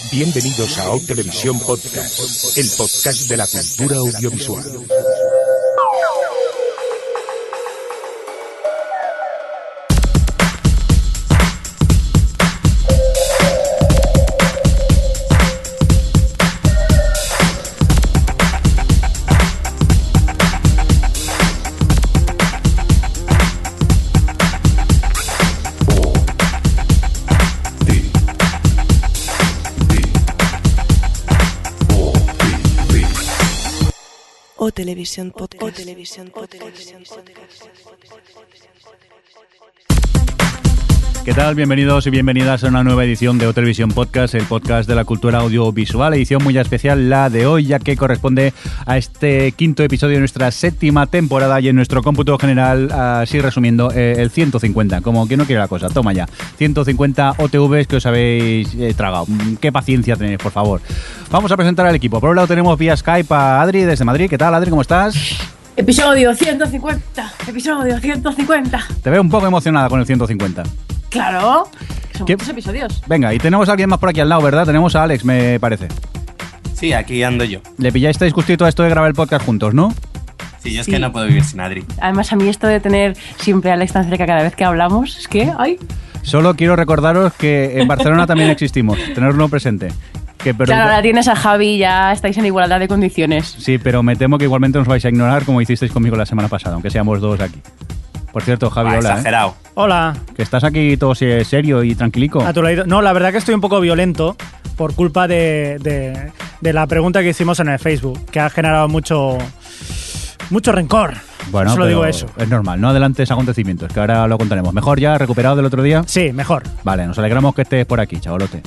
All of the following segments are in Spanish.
Bienvenidos a O Televisión Podcast, el podcast de la cultura audiovisual. O Televisión Podcast. ¿Qué tal? Bienvenidos y bienvenidas a una nueva edición de O Televisión Podcast, el podcast de la cultura audiovisual, edición muy especial, la de hoy, ya que corresponde a este quinto episodio de nuestra séptima temporada y en nuestro cómputo general, así resumiendo, el 150, como que no quiere la cosa, toma ya, 150 OTVs que os habéis tragado. Qué paciencia tenéis, por favor. Vamos a presentar al equipo. Por un lado tenemos vía Skype a Adri desde Madrid. ¿Qué tal, Adri? ¿Cómo estás? Episodio 150. Episodio 150. Te veo un poco emocionada con el 150. Claro, son muchos episodios. Venga, y tenemos a alguien más por aquí al lado, ¿verdad? Tenemos a Alex, me parece. Sí, aquí ando yo. ¿Le pillasteis justito a esto de grabar el podcast juntos, no? Sí, yo es que no puedo vivir sin Adri. Además, a mí esto de tener siempre a Alex tan cerca cada vez que hablamos, es que, ¡ay! Solo quiero recordaros que en Barcelona también existimos, tenerlo presente. Claro, ahora tienes a Javi y ya estáis en igualdad de condiciones. Sí, pero me temo que igualmente nos vais a ignorar como hicisteis conmigo la semana pasada, aunque seamos dos aquí. Por cierto, Javi, hola. Exagerado. Hola. Que estás aquí todo serio y tranquilico. A tu lado. No, la verdad que estoy un poco violento por culpa de la pregunta que hicimos en el Facebook, que ha generado mucho rencor. Bueno, solo digo eso. Es normal, no adelantes acontecimientos, que ahora lo contaremos. ¿Mejor ya? ¿Recuperado del otro día? Sí, mejor. Vale, nos alegramos que estés por aquí, chavalote.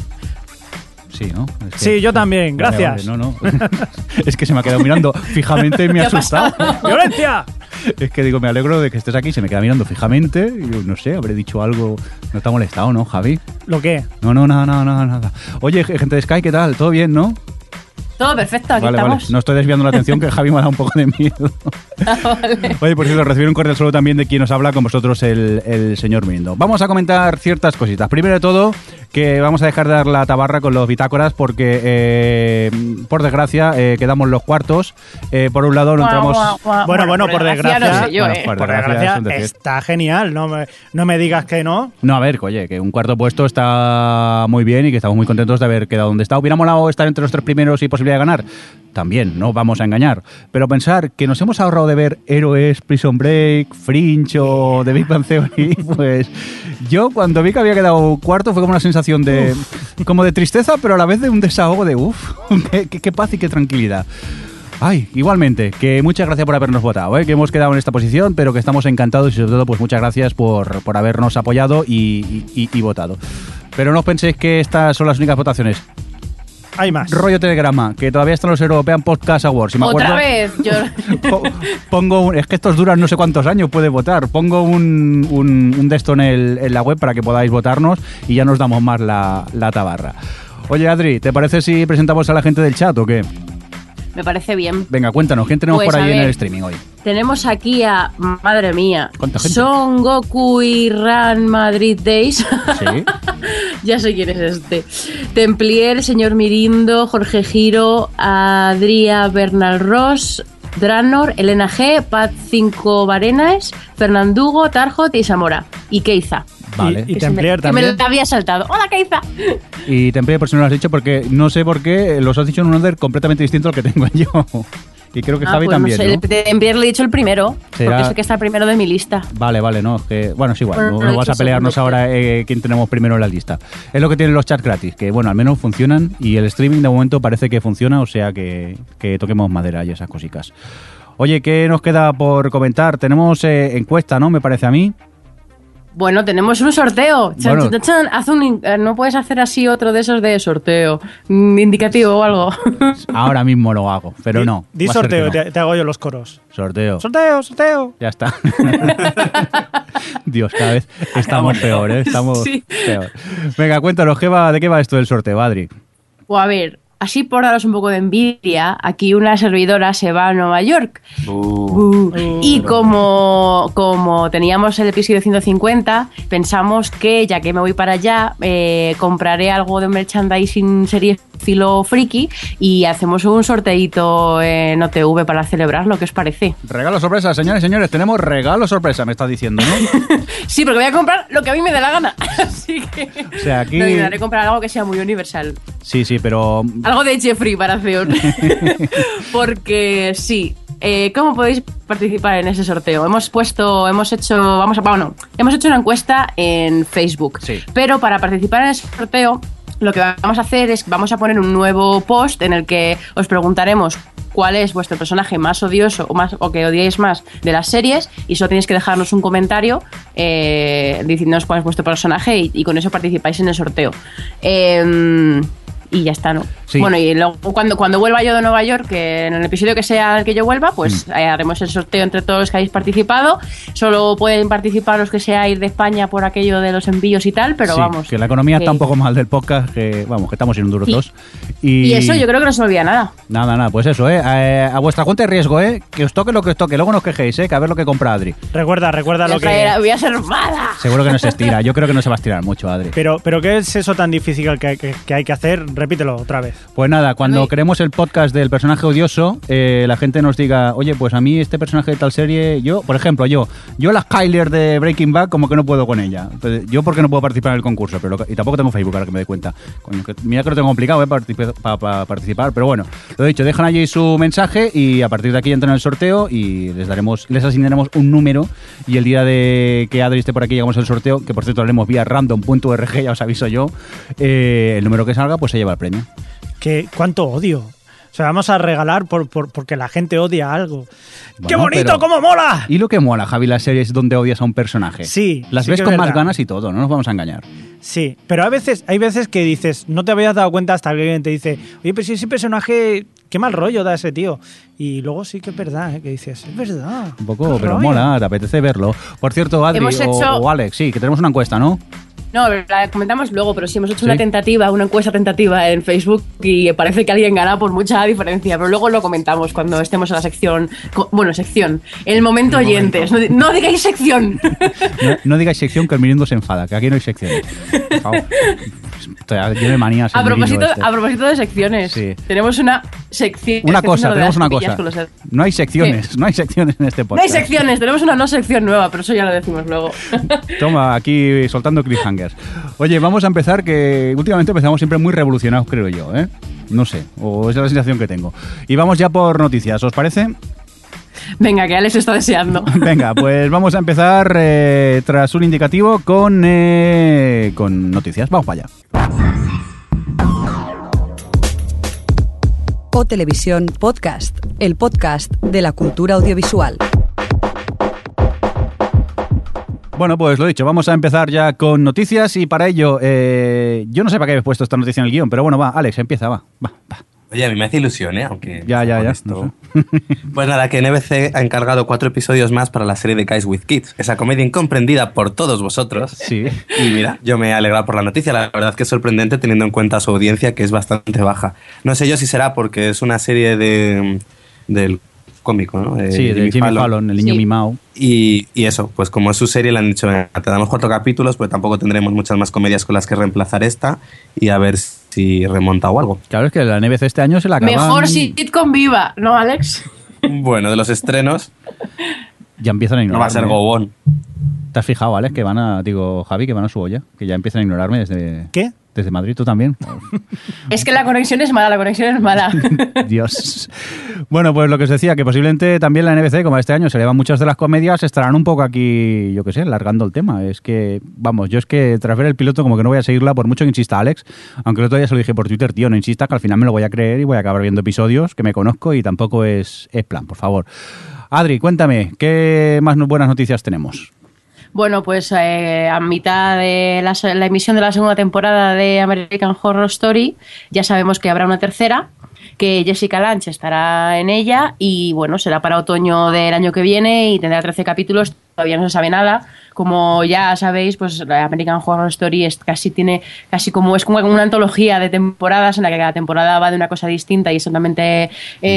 Sí, ¿no? Es que, sí, yo también, gracias. Vale, no. Es que se me ha quedado mirando fijamente y me ha asustado. ¡Violencia! Es que digo, me alegro de que estés aquí, se me queda mirando fijamente y yo, no sé, habré dicho algo. No te ha molestado, ¿no, Javi? ¿Lo qué? No, nada. Oye, gente de Sky, ¿qué tal? ¿Todo bien, no? Todo perfecto, aquí vale, estamos. Vale. No estoy desviando la atención, que Javi me ha dado un poco de miedo. Vale. Oye, por cierto, recibir un cordial saludo también de quien nos habla con vosotros, el señor Mirindo. Vamos a comentar ciertas cositas. Primero de todo, que vamos a dejar de dar la tabarra con los bitácoras porque, por desgracia, quedamos los cuartos. Por un lado, no entramos... Bueno, por desgracia, no sé yo, por desgracia está genial. No me digas que no. No, a ver, oye, que un cuarto puesto está muy bien y que estamos muy contentos de haber quedado donde está. Hubiera molado estar entre los tres primeros y posibilidad de ganar. También, no vamos a engañar. Pero pensar que nos hemos ahorrado de ver Héroes, Prison Break, Fringe o The Big Bang Theory, pues yo cuando vi que había quedado cuarto fue como una sensación de como de tristeza, pero a la vez de un desahogo de qué paz y qué tranquilidad. Ay, igualmente, que muchas gracias por habernos votado, que hemos quedado en esta posición, pero que estamos encantados y sobre todo pues muchas gracias por habernos apoyado y votado. Pero no os penséis que estas son las únicas votaciones. Hay más. Rollo Telegrama, que todavía están los European Podcast Awards. Si me ¿Otra acuerdo, vez? Pongo es que estos duran no sé cuántos años, puede votar. Pongo un de esto en la web para que podáis votarnos y ya nos damos más la tabarra. Oye, Adri, ¿te parece si presentamos a la gente del chat o qué? Me parece bien. Venga, cuéntanos, ¿quién tenemos Pues, por ahí a en ver, el streaming hoy? Tenemos aquí a, madre mía, ¿Cuánta gente? Son Goku y Ran Madrid Days. Sí. Ya sé quién es este. Templier, señor Mirindo, Jorge Giro, Adrià Bernal Ross, Dranor, Elena G, Pat 5 Barenas, Fernandugo, Tarjot y Zamora. Y Keiza. Vale. Y Templier Que me también. lo había saltado. ¡Hola, Keiza! Y Templier, por si no lo has dicho, porque no sé por qué los has dicho en un orden completamente distinto al que tengo yo. Y creo que Javi pues también, no sé, ¿no? Templier le he dicho el primero, Será- porque es el que está primero de mi lista. Vale, no, que bueno, es igual, Bueno, no he vas a hecho pelearnos segundo. ahora quién tenemos primero en la lista. Es lo que tienen los chats gratis, que bueno, al menos funcionan y el streaming de momento parece que funciona, o sea que toquemos madera y esas cositas. Oye, ¿qué nos queda por comentar? Tenemos encuesta, ¿no? Me parece a mí. Bueno, tenemos un sorteo. Chan, Bueno. chan, chan. No puedes hacer así otro de esos de sorteo indicativo o algo. Ahora mismo lo hago, pero no. Di va a ser sorteo, que no. te hago yo los coros. Sorteo. Sorteo. Ya está. Dios, cada vez estamos peor, ¿eh? Estamos Sí. peor. Venga, cuéntanos, ¿de qué va esto del sorteo, Adri? O a ver, así por daros un poco de envidia, aquí una servidora se va a Nueva York. Y como teníamos el episodio 150, pensamos que ya que me voy para allá, compraré algo de merchandising serie filo friki y hacemos un sorteito en OTV para celebrarlo. ¿Qué os parece? Regalo sorpresa, señores y señores, tenemos regalo sorpresa, me estás diciendo, ¿no? Sí, porque voy a comprar lo que a mí me dé la gana. Así que O sea, aquí... no intentaré comprar algo que sea muy universal. Sí, pero... Algo de Jeffrey para hacer. Porque sí. ¿Cómo podéis participar en ese sorteo? Hemos hecho una encuesta en Facebook. Sí. Pero para participar en ese sorteo, lo que vamos a hacer es vamos a poner un nuevo post en el que os preguntaremos cuál es vuestro personaje más odioso o que odiáis más de las series, y solo tenéis que dejarnos un comentario diciéndonos cuál es vuestro personaje y con eso participáis en el sorteo. Y ya está, ¿no? Sí. Bueno, y luego cuando vuelva yo de Nueva York, que en el episodio que sea el que yo vuelva, pues haremos el sorteo entre todos los que habéis participado. Solo pueden participar los que seáis de España por aquello de los envíos y tal, pero sí, vamos. que la economía está un poco mal del podcast, que estamos en un duro tos. Y eso yo creo que no se me olvida nada. Nada, pues eso, a vuestra cuenta de riesgo, que os toque lo que os toque, luego no os quejéis, que a ver lo que compra Adri. Recuerda lo que... Voy a ser mala. Seguro que no se estira, yo creo que no se va a estirar mucho, Adri. Pero ¿qué es eso tan difícil que hay que hacer? Repítelo otra vez. Pues nada, cuando creemos el podcast del personaje odioso, la gente nos diga, oye, pues a mí este personaje de tal serie, por ejemplo, yo la Skyler de Breaking Bad, como que no puedo con ella. Entonces, yo porque no puedo participar en el concurso, y tampoco tengo Facebook, ahora que me doy cuenta. Coño, mira que lo tengo complicado para participar, pero bueno, lo dicho, dejan allí su mensaje y a partir de aquí entran en el sorteo y les asignaremos un número, y el día de que Adri esté por aquí llegamos al sorteo, que por cierto lo haremos vía random.org, ya os aviso yo, el número que salga pues se lleva el premio. ¿Cuánto odio? O sea, vamos a regalar porque la gente odia algo. Bueno, ¡qué bonito, pero... cómo mola! ¿Y lo que mola, Javi, las series donde odias a un personaje? Sí. Las sí ves que con es más verdad. ganas y todo, no nos vamos a engañar. Sí, pero hay veces que dices, no te habías dado cuenta hasta que alguien te dice, oye, pues si ese personaje, qué mal rollo da ese tío. Y luego sí que es verdad, que dices, es verdad. Un poco, qué pero rollo. mola, te apetece verlo. Por cierto, Adri o Alex, sí, que tenemos una encuesta, ¿no? No, la comentamos luego, pero sí hemos hecho ¿Sí? una encuesta tentativa en Facebook y parece que alguien gana por mucha diferencia, pero luego lo comentamos cuando estemos en la sección, sección, el momento oyentes, no digáis sección. No digáis sección, que el Mirindo se enfada, que aquí no hay sección. Por favor. Yo de manías. A propósito de secciones, sí. Tenemos una sección. Tenemos una cosa. No hay secciones, ¿qué? No hay secciones en este No podcast. hay secciones, tenemos una no sección nueva, pero eso ya lo decimos luego. Toma, aquí soltando cliffhangers. Oye, vamos a empezar, que últimamente empezamos siempre muy revolucionados, creo yo, ¿eh? No sé, o es la sensación que tengo. Y vamos ya por noticias, ¿os parece? Venga, que Alex está deseando. Venga, pues vamos a empezar tras un indicativo con noticias. Vamos para allá. O Televisión Podcast, el podcast de la cultura audiovisual. Bueno, pues lo dicho, vamos a empezar ya con noticias y para ello, yo no sé para qué he puesto esta noticia en el guión, pero bueno, va, Alex, empieza, va. Oye, a mí me hace ilusión, aunque... Ya. No sé. Pues nada, que NBC ha encargado 4 episodios más para la serie de Guys with Kids, esa comedia incomprendida por todos vosotros. Sí. Y mira, yo me he alegrado por la noticia, la verdad que es sorprendente teniendo en cuenta su audiencia, que es bastante baja. No sé yo si será porque es una serie del cómico, ¿no? Sí, de Jimmy Fallon, el niño mimado. Y eso, pues como es su serie, le han dicho, te damos 4 capítulos, pues tampoco tendremos muchas más comedias con las que reemplazar esta y a ver si remonta o algo. Claro, es que la NBC este año se la acaban... Mejor sitcom viva, ¿no, Alex? Bueno, de los estrenos... Ya empiezan a ignorarme. No va a ser Gobón. ¿Te has fijado, Alex, Javi, que van a su olla? Que ya empiezan a ignorarme desde... ¿Qué? Desde Madrid, ¿tú también? Es que la conexión es mala. Dios. Bueno, pues lo que os decía, que posiblemente también la NBC, como este año se elevan muchas de las comedias, estarán un poco aquí, yo qué sé, largando el tema. Es que, vamos, yo es que tras ver el piloto como que no voy a seguirla, por mucho que insista Alex, aunque el otro día se lo dije por Twitter, tío, no insista, que al final me lo voy a creer y voy a acabar viendo episodios que me conozco y tampoco es plan, por favor. Adri, cuéntame, ¿qué más buenas noticias tenemos? Bueno, pues a mitad de la emisión de la segunda temporada de American Horror Story ya sabemos que habrá una tercera, que Jessica Lange estará en ella y bueno, será para otoño del año que viene y tendrá 13 capítulos todavía no se sabe nada. Como ya sabéis, pues la American Horror Story es como una antología de temporadas en la que cada temporada va de una cosa distinta y es totalmente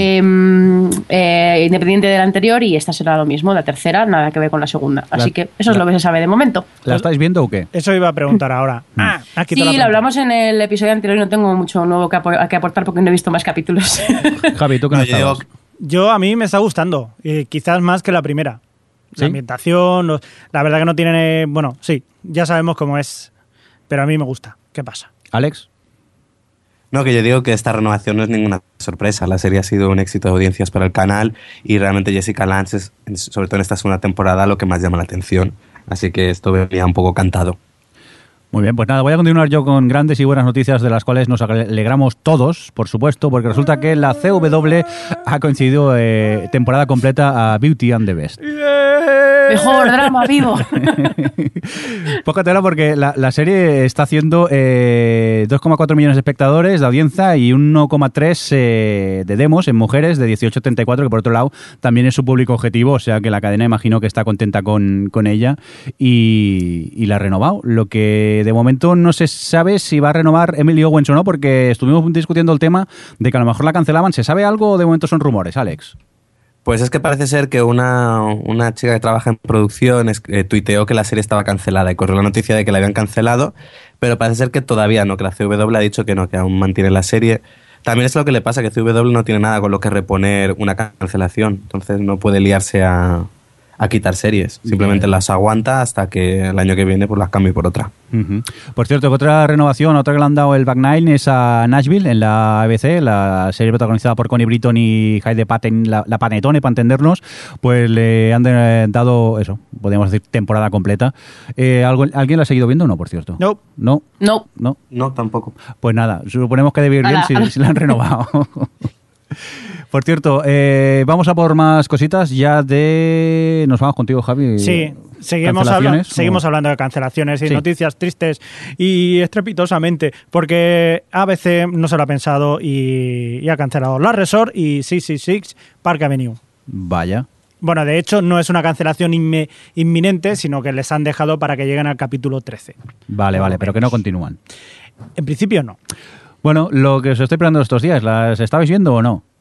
independiente de la anterior, y esta será lo mismo, la tercera, nada que ver con la segunda. Así que eso es lo que se sabe de momento. ¿La estáis viendo o qué? Eso iba a preguntar ahora. Aquí Sí, lo hablamos en el episodio anterior y no tengo mucho nuevo que aportar porque no he visto más capítulos. Javi, ¿tú qué no estabas? Yo, a mí me está gustando, quizás más que la primera. ¿Sí? La ambientación, la verdad que no tiene... Bueno, sí, ya sabemos cómo es, pero a mí me gusta. ¿Qué pasa? ¿Alex? No, que yo digo que esta renovación no es ninguna sorpresa. La serie ha sido un éxito de audiencias para el canal y realmente Jessica Lange es, sobre todo en esta segunda temporada, lo que más llama la atención. Así que esto venía un poco cantado. Muy bien, pues nada, voy a continuar yo con grandes y buenas noticias de las cuales nos alegramos todos, por supuesto, porque resulta que la CW ha coincidido temporada completa a Beauty and the Beast. Mejor drama vivo. Poca tela porque la serie está haciendo 2,4 millones de espectadores de audiencia y 1,3 de demos en mujeres de 18 a 34, que por otro lado también es su público objetivo, o sea que la cadena imagino que está contenta con ella y la ha renovado. Lo que de momento no se sabe si va a renovar Emily Owens o no, porque estuvimos discutiendo el tema de que a lo mejor la cancelaban. ¿Se sabe algo o de momento son rumores, Alex? Pues es que parece ser que una chica que trabaja en producción tuiteó que la serie estaba cancelada y corrió la noticia de que la habían cancelado, pero parece ser que todavía no, que la CW ha dicho que no, que aún mantiene la serie. También es lo que le pasa, que CW no tiene nada con lo que reponer una cancelación, entonces no puede liarse a quitar series, simplemente las aguanta hasta que el año que viene pues las cambie por otra. Uh-huh. Por cierto, otra renovación, otra que le han dado el Back Nine es a Nashville en la ABC, la serie protagonizada por Connie Britton y Heidi Patten, la Panetone, para entendernos, pues le han dado eso, podríamos decir temporada completa. ¿Alguien la ha seguido viendo o no, por cierto? No. ¿No? No. ¿No? No, tampoco. Pues nada, suponemos que debe ir bien si la han renovado. Por cierto, vamos a por más cositas ya de... Nos vamos contigo, Javi. Sí, seguimos hablando de cancelaciones y sí. Noticias tristes y estrepitosamente, porque ABC no se lo ha pensado y ha cancelado La Resort y 666 Park Avenue. Vaya. Bueno, de hecho, no es una cancelación inminente, sino que les han dejado para que lleguen al capítulo 13. Vale, pero que no continúan. En principio, no. Bueno, lo que os estoy preguntando estos días, ¿las estabais viendo o no?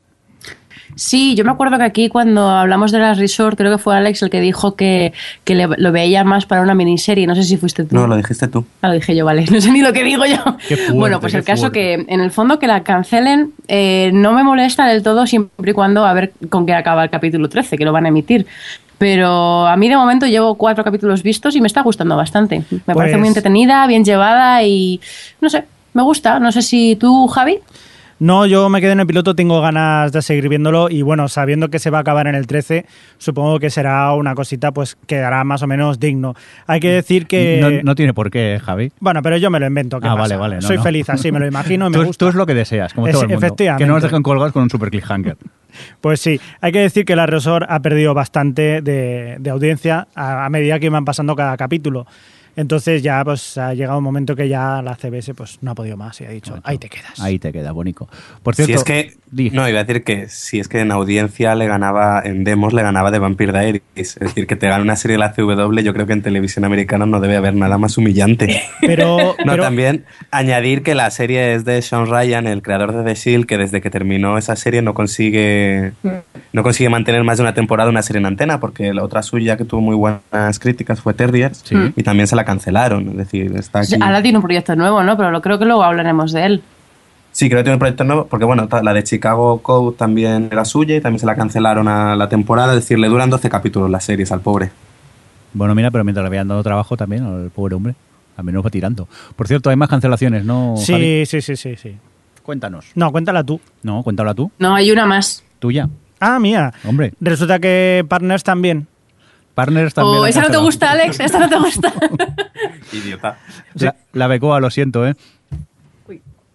Sí, yo me acuerdo que aquí cuando hablamos de las Resort, creo que fue Alex el que dijo que lo veía más para una miniserie. No sé si fuiste tú. No, lo dijiste tú. Lo dije yo, vale. No sé ni lo que digo yo. Qué fuerte, bueno, pues el caso fuerte. que en el fondo que la cancelen no me molesta del todo siempre y cuando a ver con qué acaba el capítulo 13, que lo van a emitir. Pero a mí de momento llevo 4 capítulos vistos y me está gustando bastante. Me parece muy entretenida, bien llevada y no sé, me gusta. No sé si tú, Javi. No, yo me quedé en el piloto, tengo ganas de seguir viéndolo y bueno, sabiendo que se va a acabar en el 13, supongo que será una cosita pues que hará más o menos digno. Hay que decir que... No tiene por qué, Javi. Bueno, pero yo me lo invento. ¿Qué pasa? Vale. Soy feliz así, me lo imagino y me gusta. Tú es lo que deseas, como todo el mundo. Efectivamente. Que no nos dejen colgados con un super cliffhanger. Pues sí, hay que decir que La Resort ha perdido bastante de audiencia a medida que iban pasando cada capítulo. Entonces ya pues ha llegado un momento que ya la CBS pues no ha podido más y ha dicho, ahí te quedas. Ahí te queda, Bonico. Por cierto, Si es que, no, iba a decir que si es que en audiencia en demos le ganaba de Vampire Diaries. Es decir, que te gane una serie de la CW, yo creo que en televisión americana no debe haber nada más humillante. Pero también añadir que la serie es de Sean Ryan, el creador de The Shield, que desde que terminó esa serie no consigue mantener más de una temporada una serie en antena, porque la otra suya que tuvo muy buenas críticas fue Terriers, y también se la cancelaron. Es decir, está aquí. Ahora tiene un proyecto nuevo, ¿no? Pero creo que luego hablaremos de él. Sí, creo que tiene un proyecto nuevo, porque bueno, la de Chicago Code también era suya y también se la cancelaron a la temporada, es decir, le duran 12 capítulos las series al pobre. Bueno, mira, pero mientras le habían dado trabajo también al pobre hombre, al menos va tirando. Por cierto, hay más cancelaciones, ¿no, Javi? Sí. Cuéntanos. No, cuéntala tú. No, cuéntala tú. No, hay una más. Tuya. Ah, mía. Hombre. Resulta que Partners también. Partners también. ¿Esa no te gusta, Alex? ¿Esta no te gusta? Idiota. La Becoa, lo siento, ¿eh?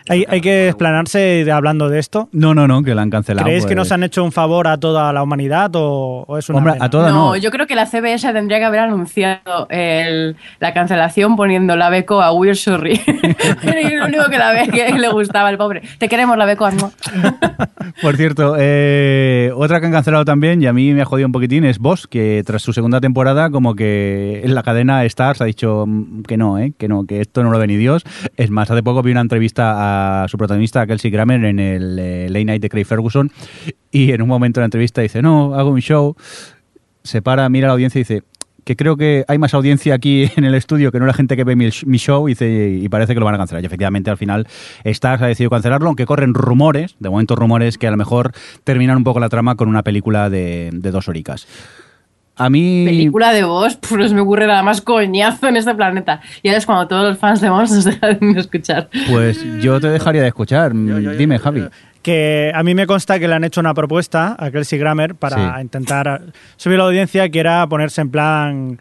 Hay que explanarse hablando de esto. No, que la han cancelado. ¿Creéis que pues. nos han hecho un favor a toda la humanidad o es una Hombre, pena? a toda no. Yo creo que la CBS tendría que haber anunciado la cancelación poniendo la beco a We're Sorry. Es lo único que le gustaba al pobre. Te queremos, la beco. ¿No? Por cierto, otra que han cancelado también, y a mí me ha jodido un poquitín, es Boss, que tras su segunda temporada, como que en la cadena Stars ha dicho que no, que esto no lo ve ni Dios. Es más, hace poco vi una entrevista a su protagonista, a Kelsey Grammer, en el Late Night de Craig Ferguson, y en un momento de la entrevista dice, no, hago un show, se para, mira a la audiencia y dice que creo que hay más audiencia aquí en el estudio que no la gente que ve mi show, y parece que lo van a cancelar. Y efectivamente al final Stars ha decidido cancelarlo, aunque corren rumores, de momento rumores, que a lo mejor terminan un poco la trama con una película de 2 horicas. A mí... Película de Boss, pues no se me ocurre nada más coñazo en este planeta. Y ahora es cuando todos los fans de Boss nos dejan de escuchar. Pues yo te dejaría de escuchar. Dime, Javi. Que a mí me consta que le han hecho una propuesta a Kelsey Grammer para intentar subir la audiencia, que era ponerse en plan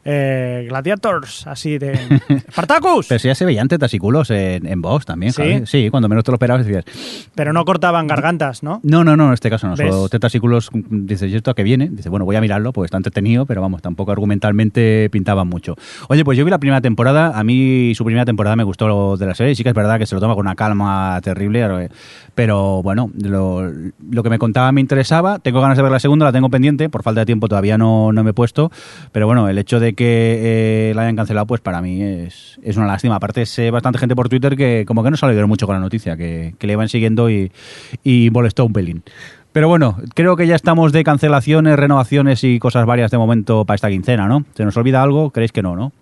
Gladiators, así de ¡Spartacus! Pero si ya se veían tetas y culos en Vox también, ¿Sí? Javi. Sí, cuando menos te lo esperabas decías... Pero no cortaban gargantas, ¿no? No, en este caso no. ¿Ves? Solo tetas y culos, dices, ¿y esto a qué viene? Dice, bueno, voy a mirarlo, pues está entretenido, pero vamos, tampoco argumentalmente pintaban mucho. Oye, pues yo vi la primera temporada, a mí su primera temporada me gustó lo de la serie, sí que es verdad que se lo toma con una calma terrible, pero bueno, lo que me contaba me interesaba, tengo ganas de ver la segunda, la tengo pendiente, por falta de tiempo todavía no me he puesto, pero bueno, el hecho de que la hayan cancelado, pues para mí es una lástima. Aparte, sé bastante gente por Twitter que como que no se alegró mucho con la noticia, que le iban siguiendo y molestó un pelín. Pero bueno, creo que ya estamos de cancelaciones, renovaciones y cosas varias de momento para esta quincena, ¿no? ¿Se nos olvida algo? ¿Creéis que no?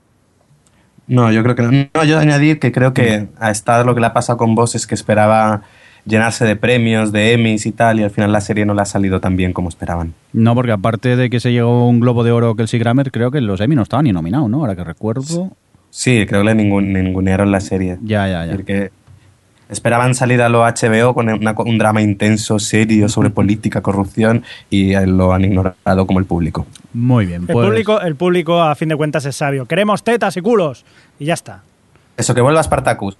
No, yo creo que no. No, yo añadir que creo que a Star lo que le ha pasado con Boss es que esperaba llenarse de premios, de Emmys y tal, y al final la serie no le ha salido tan bien como esperaban. No, porque aparte de que se llegó un Globo de Oro Kelsey Grammer, creo que los Emmy no estaban ni nominados, ¿no? Ahora que recuerdo. Sí, creo que le ningunearon la serie. Ya. Porque esperaban salir a lo HBO con un drama intenso, serio, sobre política, corrupción, y lo han ignorado como el público. Muy bien. Pues... El público, a fin de cuentas, es sabio. Queremos tetas y culos. Y ya está. Eso, que vuelva Spartacus.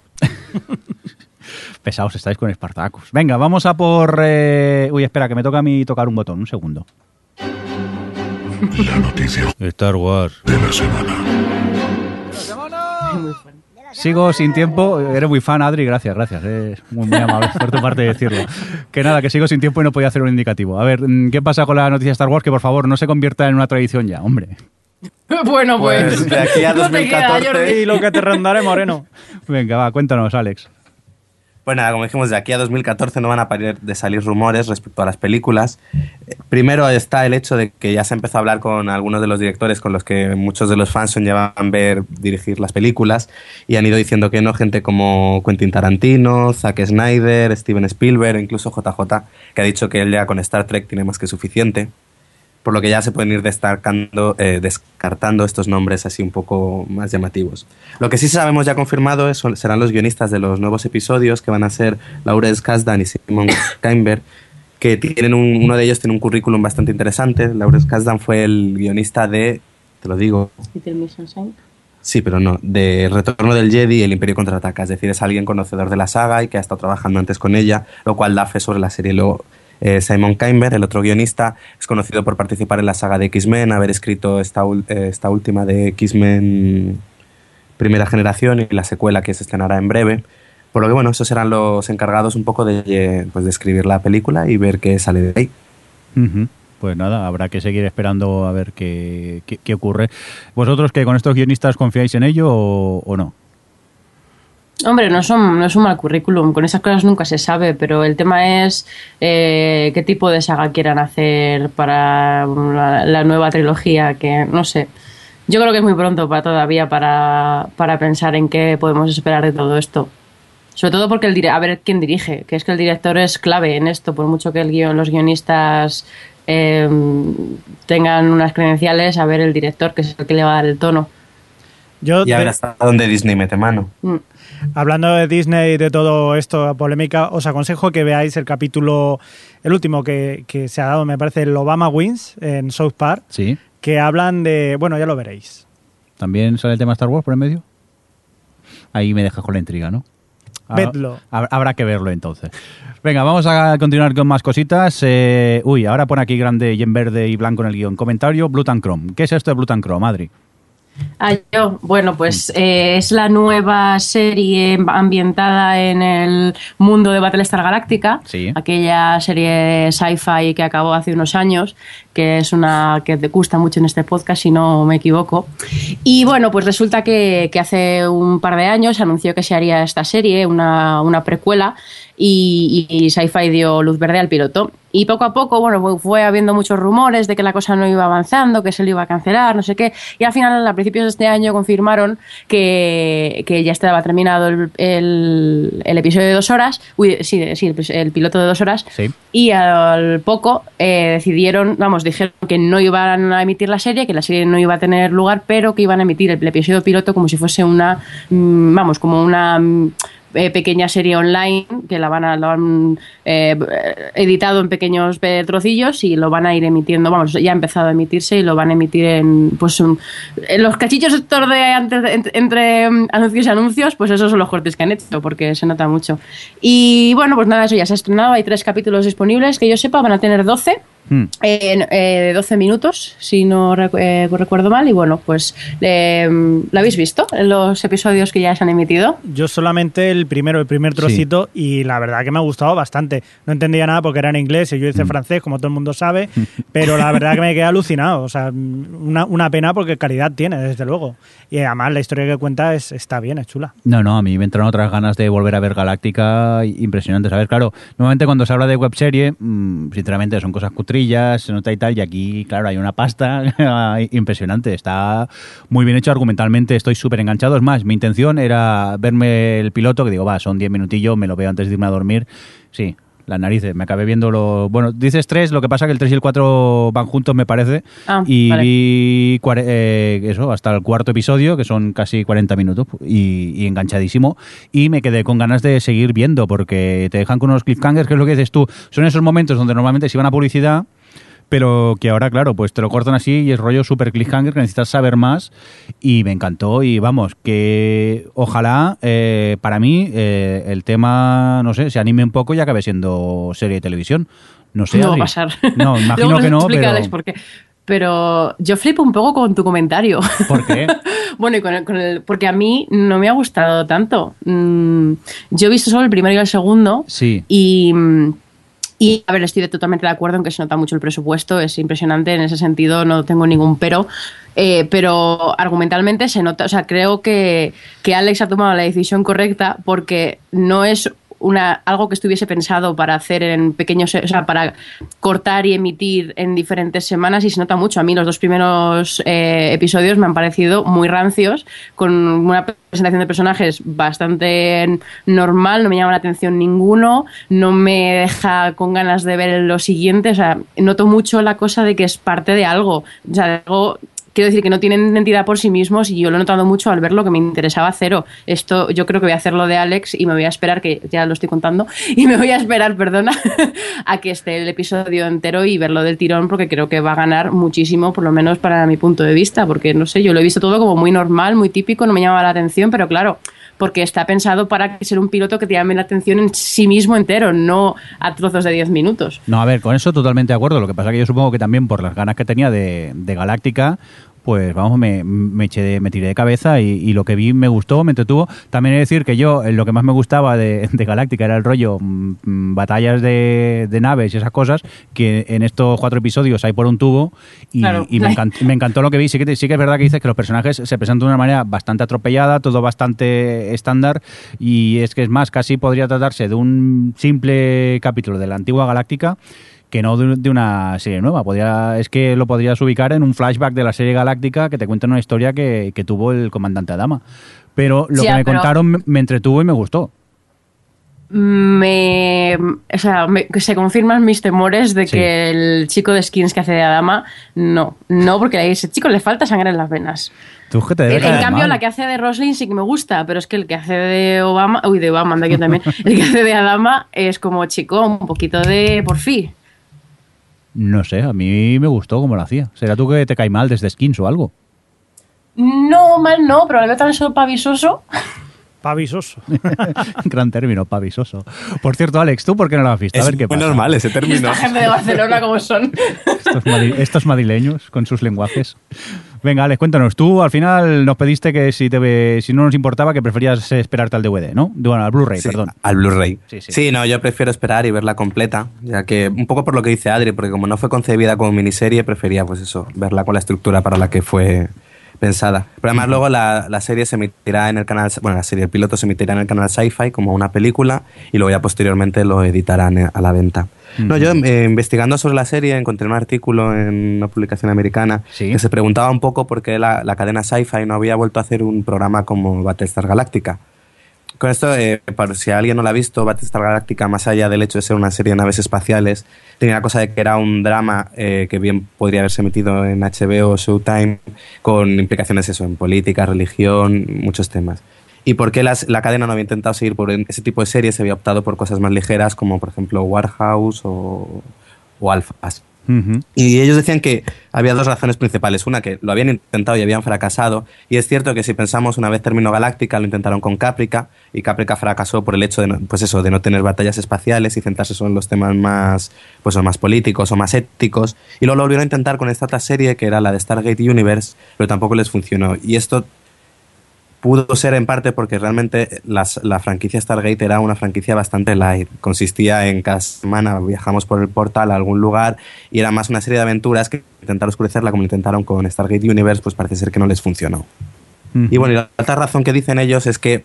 Pesados estáis con Spartacus. Venga, vamos a por... Uy, espera, que me toca a mí tocar un botón. Un segundo. La noticia Star Wars de la semana. Sigo sin tiempo. Eres muy fan, Adri. Gracias. Es muy amable por tu parte decirlo. Que nada, que sigo sin tiempo y no podía hacer un indicativo. A ver, ¿qué pasa con la noticia de Star Wars? Que por favor no se convierta en una tradición ya, hombre. Bueno, pues de aquí a no te queda, 2014... Jordi. Y lo que te rondaré, Moreno. Venga, va, cuéntanos, Alex. Pues nada, como dijimos, de aquí a 2014 no van a parar de salir rumores respecto a las películas. Primero está el hecho de que ya se empezó a hablar con algunos de los directores con los que muchos de los fans soñaban ver dirigir las películas, y han ido diciendo que no, gente como Quentin Tarantino, Zack Snyder, Steven Spielberg, incluso JJ, que ha dicho que él ya con Star Trek tiene más que suficiente. Por lo que ya se pueden ir descartando estos nombres así un poco más llamativos. Lo que sí sabemos ya confirmado serán los guionistas de los nuevos episodios, que van a ser Lawrence Kasdan y Simon Kinberg, que tienen uno de ellos tiene un currículum bastante interesante. Lawrence Kasdan fue el guionista de, te lo digo... Little Miss Sunshine. Sí, pero no, de Retorno del Jedi y El Imperio Contraataca. Es decir, es alguien conocedor de la saga y que ha estado trabajando antes con ella, lo cual da fe sobre la serie. Luego, Simon Kinberg, el otro guionista, es conocido por participar en la saga de X-Men, haber escrito esta última de X-Men Primera Generación y la secuela que se estrenará en breve. Por lo que, bueno, esos serán los encargados un poco de escribir la película y ver qué sale de ahí. Uh-huh. Pues nada, habrá que seguir esperando a ver qué ocurre. ¿Vosotros que con estos guionistas confiáis en ello o no? Hombre, no es un mal currículum, con esas cosas nunca se sabe, pero el tema es qué tipo de saga quieran hacer para la nueva trilogía, que no sé. Yo creo que es muy pronto todavía para pensar en qué podemos esperar de todo esto. Sobre todo porque a ver quién dirige, que es que el director es clave en esto, por mucho que los guionistas tengan unas credenciales, a ver el director, que es el que le va a dar el tono. Y a ver hasta dónde Disney mete mano. Hablando de Disney y de todo esto, polémica, os aconsejo que veáis el capítulo, el último que se ha dado, me parece, el Obama Wins en South Park, sí, que hablan de... Bueno, ya lo veréis. ¿También sale el tema Star Wars por en medio? Ahí me dejas con la intriga, ¿no? Vedlo. Habrá que verlo entonces. Venga, vamos a continuar con más cositas. Ahora pone aquí grande y en verde y blanco en el guión. Comentario, Blood and Chrome. ¿Qué es esto de Blood and Chrome, Adri? Bueno, pues es la nueva serie ambientada en el mundo de Battlestar Galactica, Sí. aquella serie sci-fi que acabó hace unos años, que es una que te gusta mucho en este podcast, si no me equivoco. Y bueno, pues resulta que hace un par de años se anunció que se haría esta serie, una precuela, y Sci-Fi dio luz verde al piloto. Y poco a poco, bueno, fue habiendo muchos rumores de que la cosa no iba avanzando, que se lo iba a cancelar, no sé qué. Y al final, a principios de este año, confirmaron que ya estaba terminado el episodio de 2 horas. El piloto de 2 horas. Sí. Y al poco dijeron que no iban a emitir la serie, que la serie no iba a tener lugar, pero que iban a emitir el episodio piloto como si fuese una pequeña serie online que lo han editado en pequeños trocillos y lo van a ir emitiendo, ya ha empezado a emitirse y lo van a emitir en los cachichos estos de antes entre anuncios y anuncios, pues esos son los cortes que han hecho porque se nota mucho. Y bueno, pues nada, eso ya se ha estrenado, hay 3 capítulos disponibles, que yo sepa van a tener 12 12 minutos, si no recuerdo mal. Y bueno, pues ¿lo habéis visto en los episodios que ya se han emitido? Yo solamente el primer trocito, y la verdad que me ha gustado bastante. No entendía nada porque era en inglés y yo hice francés, como todo el mundo sabe, pero la verdad que me quedé alucinado. O sea, una pena porque calidad tiene, desde luego. Y además la historia que cuenta está bien, es chula. No, a mí me entraron otras ganas de volver a ver Galáctica impresionantes. A ver, claro, normalmente cuando se habla de webserie, sinceramente son cosas cutrillas, se nota y tal, y aquí, claro, hay una pasta impresionante. Está muy bien hecho argumentalmente, estoy súper enganchado. Es más, mi intención era verme el piloto, que digo, son 10 minutillos, me lo veo antes de irme a dormir. Sí, las narices, me acabé viendo bueno, dices 3, lo que pasa que el 3 y el 4 van juntos, me parece, y vale. Vi eso, hasta el 4.º episodio, que son casi 40 minutos, y enganchadísimo, y me quedé con ganas de seguir viendo, porque te dejan con unos cliffhangers, que es lo que dices tú, son esos momentos donde normalmente se iban a publicidad, pero que ahora, claro, pues te lo cortan así y es rollo super cliffhanger, que necesitas saber más, y me encantó. Y vamos, que ojalá para mí el tema, no sé, se anime un poco y acabe siendo serie de televisión. No sé, no va Adri. a pasar. No, imagino que no, pero... Alex, pero yo flipo un poco con tu comentario. ¿Por qué? Bueno, y porque a mí no me ha gustado tanto. Yo he visto solo el primero y el segundo. Sí. Y, a ver, estoy totalmente de acuerdo en que se nota mucho el presupuesto, es impresionante, en ese sentido no tengo ningún pero argumentalmente se nota, o sea, creo que Alex ha tomado la decisión correcta porque no es algo que estuviese pensado para hacer en pequeños, o sea, para cortar y emitir en diferentes semanas, y se nota mucho. A mí los 2 primeros episodios me han parecido muy rancios, con una presentación de personajes bastante normal, no me llama la atención ninguno, no me deja con ganas de ver lo siguiente, o sea, noto mucho la cosa de que es parte de algo, o sea, de algo... Quiero decir que no tienen identidad por sí mismos, y yo lo he notado mucho al ver lo que me interesaba cero. Esto yo creo que voy a hacer lo de Alex y me voy a esperar, que ya lo estoy contando, y me voy a esperar, a que esté el episodio entero y verlo del tirón, porque creo que va a ganar muchísimo, por lo menos para mi punto de vista, porque no sé, yo lo he visto todo como muy normal, muy típico, no me llama la atención, pero claro, porque está pensado para ser un piloto que te llame la atención en sí mismo entero, no a trozos de 10 minutos. No, a ver, con eso totalmente de acuerdo. Lo que pasa que yo supongo que también por las ganas que tenía de Galáctica, pues vamos, me tiré de cabeza y lo que vi me gustó, me entretuvo. También he de decir que yo, lo que más me gustaba de Galáctica era el rollo batallas de naves y esas cosas, que en estos 4 episodios hay por un tubo, y, claro, y me encantó lo que vi. Sí que es verdad que dices que los personajes se presentan de una manera bastante atropellada, todo bastante estándar, y es más, casi podría tratarse de un simple capítulo de la antigua Galáctica que no de una serie nueva. Es que lo podrías ubicar en un flashback de la serie Galáctica que te cuenta una historia que tuvo el comandante Adama. Pero lo que me contaron me entretuvo y me gustó. Se confirman mis temores de que el chico de skins que hace de Adama, no, porque a ese chico le falta sangre en las venas. Tú que te en cambio, la que hace de Roslin sí que me gusta, pero es que el que hace de Obama, anda aquí también, el que hace de Adama es como, chico, un poquito de por fin. No sé, a mí me gustó cómo lo hacía. ¿Será tú que te cae mal desde Skins o algo? No, mal no, pero lo veo tan sopavisoso. Pavisoso. Gran término, pavisoso. Por cierto, Alex, ¿tú por qué no lo has visto? A ver qué muy pasa. normal ese término. Esta gente de Barcelona, ¿cómo son? Estos madrileños con sus lenguajes. Venga, Alex, cuéntanos. Tú al final nos pediste que si no nos importaba que preferías esperarte al DVD, ¿no? Bueno, al Blu-ray, Sí, perdón. al Blu-ray. Sí. Sí, no, yo prefiero esperar y verla completa, ya que un poco por lo que dice Adri, porque como no fue concebida como miniserie, prefería pues eso, verla con la estructura para la que fue pensada. Pero además luego la serie se emitirá en el canal, bueno, el piloto se emitirá en el canal Sci-Fi como una película y luego ya posteriormente lo editarán a la venta. No, yo investigando sobre la serie encontré un artículo en una publicación americana que se preguntaba un poco por qué la cadena Sci-Fi no había vuelto a hacer un programa como Battlestar Galactica. Con esto, para si alguien no la ha visto, Battlestar Galactica, más allá del hecho de ser una serie de naves espaciales, tenía la cosa de que era un drama que bien podría haberse emitido en HBO o Showtime, con implicaciones eso, en política, religión, muchos temas. ¿Y por qué la cadena no había intentado seguir por ese tipo de series? Se había optado por cosas más ligeras, como por ejemplo Warhouse o Alphas. Y ellos decían que había dos razones principales. Una, que lo habían intentado y habían fracasado. Y es cierto que si pensamos, una vez terminó Galáctica, lo intentaron con Caprica. Y Caprica fracasó por el hecho de no tener batallas espaciales y centrarse solo en los temas más políticos o más éticos. Y luego lo volvieron a intentar con esta otra serie, que era la de Stargate Universe, pero tampoco les funcionó. Y esto pudo ser en parte porque realmente la franquicia Stargate era una franquicia bastante light. Consistía en cada semana viajamos por el portal a algún lugar y era más una serie de aventuras que intentaron oscurecerla como intentaron con Stargate Universe, pues parece ser que no les funcionó. Y bueno, y la otra razón que dicen ellos es que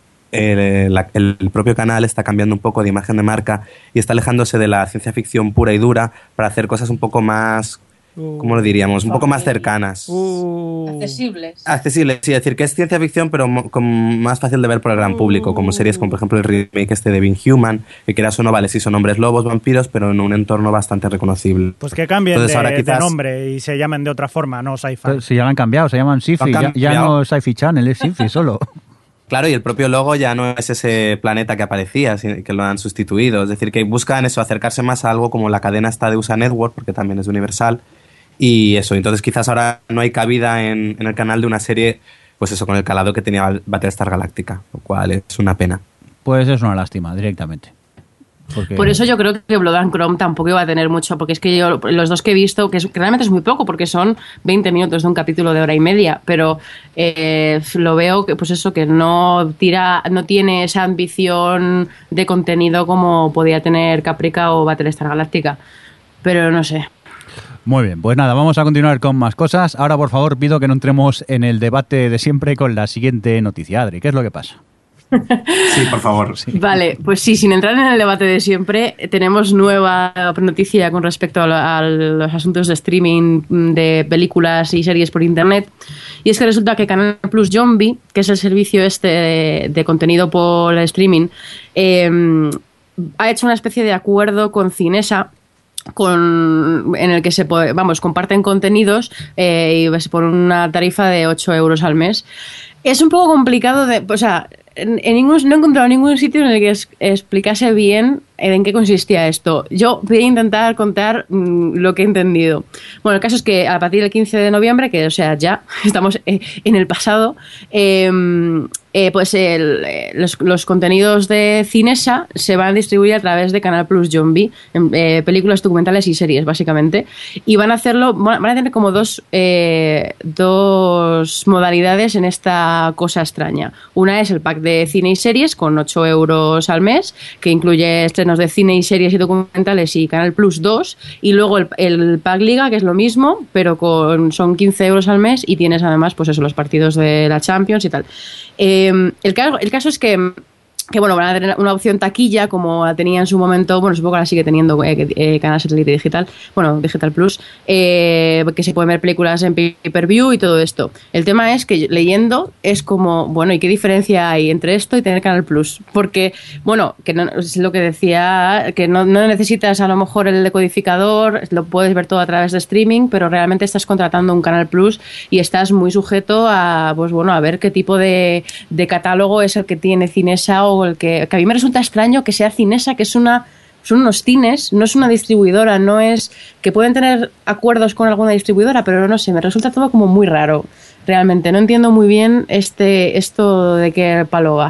el propio canal está cambiando un poco de imagen de marca y está alejándose de la ciencia ficción pura y dura para hacer cosas un poco más, ¿cómo lo diríamos? Un poco más cercanas. Accesibles, sí, es decir, que es ciencia ficción, pero más fácil de ver por el gran público, como series como, por ejemplo, el remake de Being Human, que quieras o no, vale, sí son hombres lobos, vampiros, pero en un entorno bastante reconocible. Pues que cambien Entonces, de nombre y se llamen de otra forma, no Sci-Fi. Si ya lo han cambiado, se llaman Sci-Fi, ya no Sci-Fi Channel, es Sci-Fi solo. Claro, y el propio logo ya no es ese planeta que aparecía, sino que lo han sustituido. Es decir, que buscan eso, acercarse más a algo como la cadena esta de USA Network, porque también es Universal. Y eso, entonces quizás ahora no hay cabida en el canal de una serie, pues eso, con el calado que tenía Battlestar Galactica, lo cual es una pena. Pues es una lástima, directamente. Por eso yo creo que Blood and Chrome tampoco iba a tener mucho, porque es que yo los dos que he visto, que realmente es muy poco, porque son 20 minutos de un capítulo de hora y media, pero lo veo que pues eso, que no tiene esa ambición de contenido como podía tener Caprica o Battlestar Galactica, pero no sé. Muy bien, pues nada, vamos a continuar con más cosas. Ahora, por favor, pido que no entremos en el debate de siempre con la siguiente noticia. Adri, ¿qué es lo que pasa? Sí, por favor. Sí. Vale, pues sí, sin entrar en el debate de siempre, tenemos nueva noticia con respecto a los asuntos de streaming de películas y series por internet. Y es que resulta que Canal Plus Zombie, que es el servicio de contenido por streaming, ha hecho una especie de acuerdo con Cinesa, en el que comparten contenidos y por una tarifa de 8 euros al mes. Es un poco complicado no he encontrado ningún sitio en el que explicase bien en qué consistía esto. Yo voy a intentar contar lo que he entendido. Bueno, el caso es que a partir del 15 de noviembre, que o sea ya estamos en el pasado, los contenidos de Cinesa se van a distribuir a través de Canal Plus Zombie, películas, documentales y series, básicamente. Y van a tener como dos modalidades en esta cosa extraña. Una es el pack de cine y series con 8 euros al mes, que incluye estrenos de cine y series y documentales y Canal Plus 2. Y luego el pack Liga, que es lo mismo, pero son 15 euros al mes y tienes además pues eso, los partidos de la Champions y tal. El caso es que bueno, van a tener una opción taquilla como la tenía en su momento, bueno, supongo que la sigue teniendo Canal Satélite Digital, bueno, Digital Plus, que se pueden ver películas en pay-per-view y todo esto. El tema es que leyendo es como, bueno, ¿y qué diferencia hay entre esto y tener Canal Plus? Porque, bueno, que no, es lo que decía, que no necesitas a lo mejor el decodificador, lo puedes ver todo a través de streaming, pero realmente estás contratando un Canal Plus y estás muy sujeto a, pues bueno, a ver qué tipo de catálogo es el que tiene Cinesa o el que a mí me resulta extraño que sea Cinesa, que son unos cines, no es una distribuidora, no es que pueden tener acuerdos con alguna distribuidora, pero no sé, me resulta todo como muy raro, realmente. No entiendo muy bien esto de qué palo va.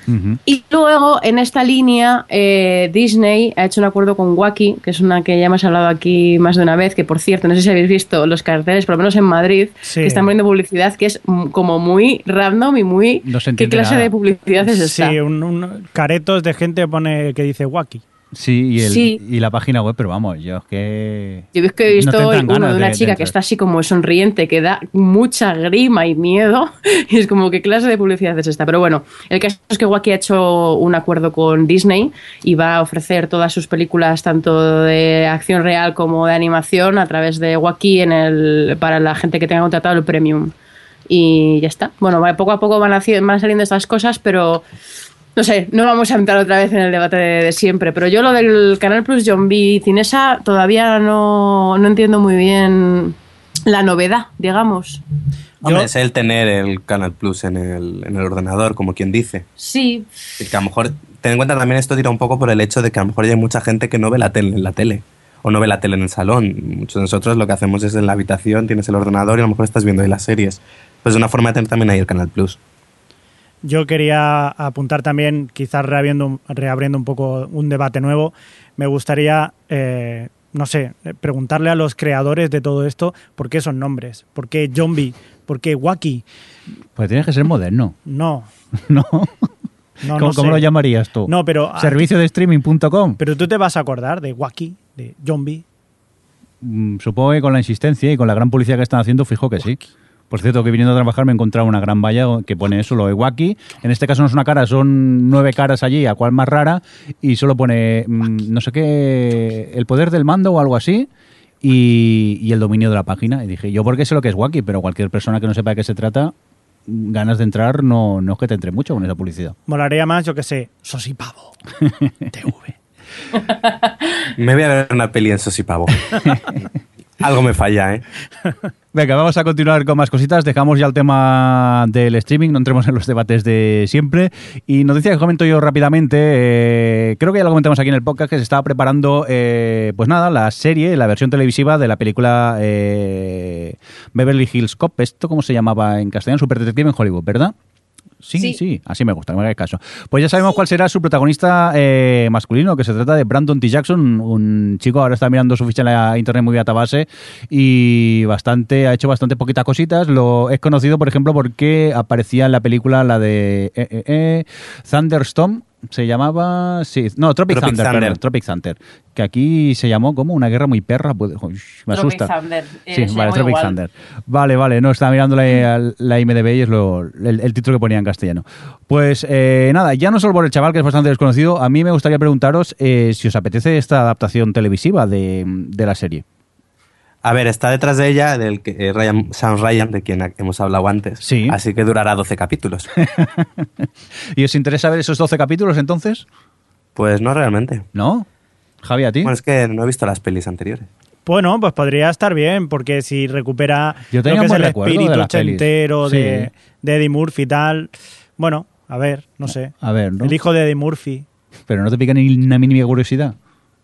Ujú. Y luego, en esta línea, Disney ha hecho un acuerdo con Wacky, que es una que ya hemos hablado aquí más de una vez, que por cierto, no sé si habéis visto los carteles, por lo menos en Madrid, Sí. que están poniendo publicidad que es como muy random y muy... No se ¿Qué entiende clase nada. de publicidad es esta? Sí, caretos de gente que dice Wacky. Sí, Sí. y la página web, pero vamos, yo es que... Yo es que he no visto te hoy entran uno ganas de una chica que entrar. está así como sonriente, que da mucha grima y miedo. Y es como, ¿qué clase de publicidad es esta? Pero bueno, el caso es que Wacky ha hecho un acuerdo con Disney y va a ofrecer todas sus películas, tanto de acción real como de animación, a través de Wacky para la gente que tenga contratado el Premium. Y ya está. Bueno, poco a poco van saliendo estas cosas, pero... No sé, no vamos a entrar otra vez en el debate de siempre, pero yo lo del Canal Plus John B. Cinesa todavía no entiendo muy bien la novedad, digamos. Hombre, es el tener el Canal Plus en el ordenador, como quien dice. Sí, Y que a lo mejor, ten en cuenta también esto tira un poco por el hecho de que a lo mejor hay mucha gente que no ve la tele en la tele. O no ve la tele en el salón. Muchos de nosotros lo que hacemos es en la habitación, tienes el ordenador y a lo mejor estás viendo ahí las series. Pues es una forma de tener también ahí el Canal Plus. Yo quería apuntar también, quizás reabriendo un poco un debate nuevo, me gustaría, no sé, preguntarle a los creadores de todo esto por qué esos nombres, por qué Zombie, por qué Wacky. Pues tienes que ser moderno, No, ¿no? no, ¿Cómo, no sé. cómo lo llamarías tú? No, pero... Servicio de streaming.com. Pero tú te vas a acordar de Wacky, de Zombie. Supongo que con la insistencia y con la gran publicidad que están haciendo, fijo que sí. Por cierto, que viniendo a trabajar me he encontrado una gran valla que pone eso, lo de Wacky. En este caso no es una cara, son 9 caras allí, a cual más rara, y solo pone, no sé qué, el poder del mando o algo así, y el dominio de la página. Y dije, yo porque sé lo que es Wacky, pero cualquier persona que no sepa de qué se trata, ganas de entrar no es que te entre mucho con esa publicidad. Molaría más, yo que sé, Sosipavo. TV. Me voy a ver una peli en Sosipavo. Algo me falla, ¿eh? Venga, vamos a continuar con más cositas. Dejamos ya el tema del streaming, no entremos en los debates de siempre. Y noticia que comento yo rápidamente, creo que ya lo comentamos aquí en el podcast, que se estaba preparando, pues nada, la serie, la versión televisiva de la película Beverly Hills Cop. ¿Esto cómo se llamaba en castellano? Super Detective en Hollywood, ¿verdad? Sí, así me gusta, que me hagáis caso. Pues ya sabemos cuál será su protagonista masculino, que se trata de Brandon T. Jackson, un chico, ahora está mirando su ficha en la internet muy database y ha hecho bastante poquitas cositas. Lo es conocido, por ejemplo, porque aparecía en la película la de Thunderstorm, se llamaba... Sí, no, Tropic Thunder, perdón, Tropic Thunder. Que aquí se llamó como una guerra muy perra. Me asusta. Tropic Thunder. Sí, vale, Tropic Thunder. Vale, no, estaba mirando la IMDb y es el título que ponía en castellano. Pues nada, ya no solo por el chaval, que es bastante desconocido, a mí me gustaría preguntaros si os apetece esta adaptación televisiva de la serie. A ver, está detrás de ella Sam Ryan, de quien hemos hablado antes. Sí. Así que durará 12 capítulos. ¿Y os interesa ver esos 12 capítulos entonces? Pues no realmente. ¿No? Javi, ¿a ti? Bueno, es que no he visto las pelis anteriores. Bueno, pues podría estar bien, porque si recupera Yo lo tenía que un es buen el recuerdo de espíritu las pelis. ochentero Sí. de Eddie Murphy y tal. Bueno, a ver, no sé. A ver, ¿no? El hijo de Eddie Murphy. Pero no te pica ni una mínima curiosidad.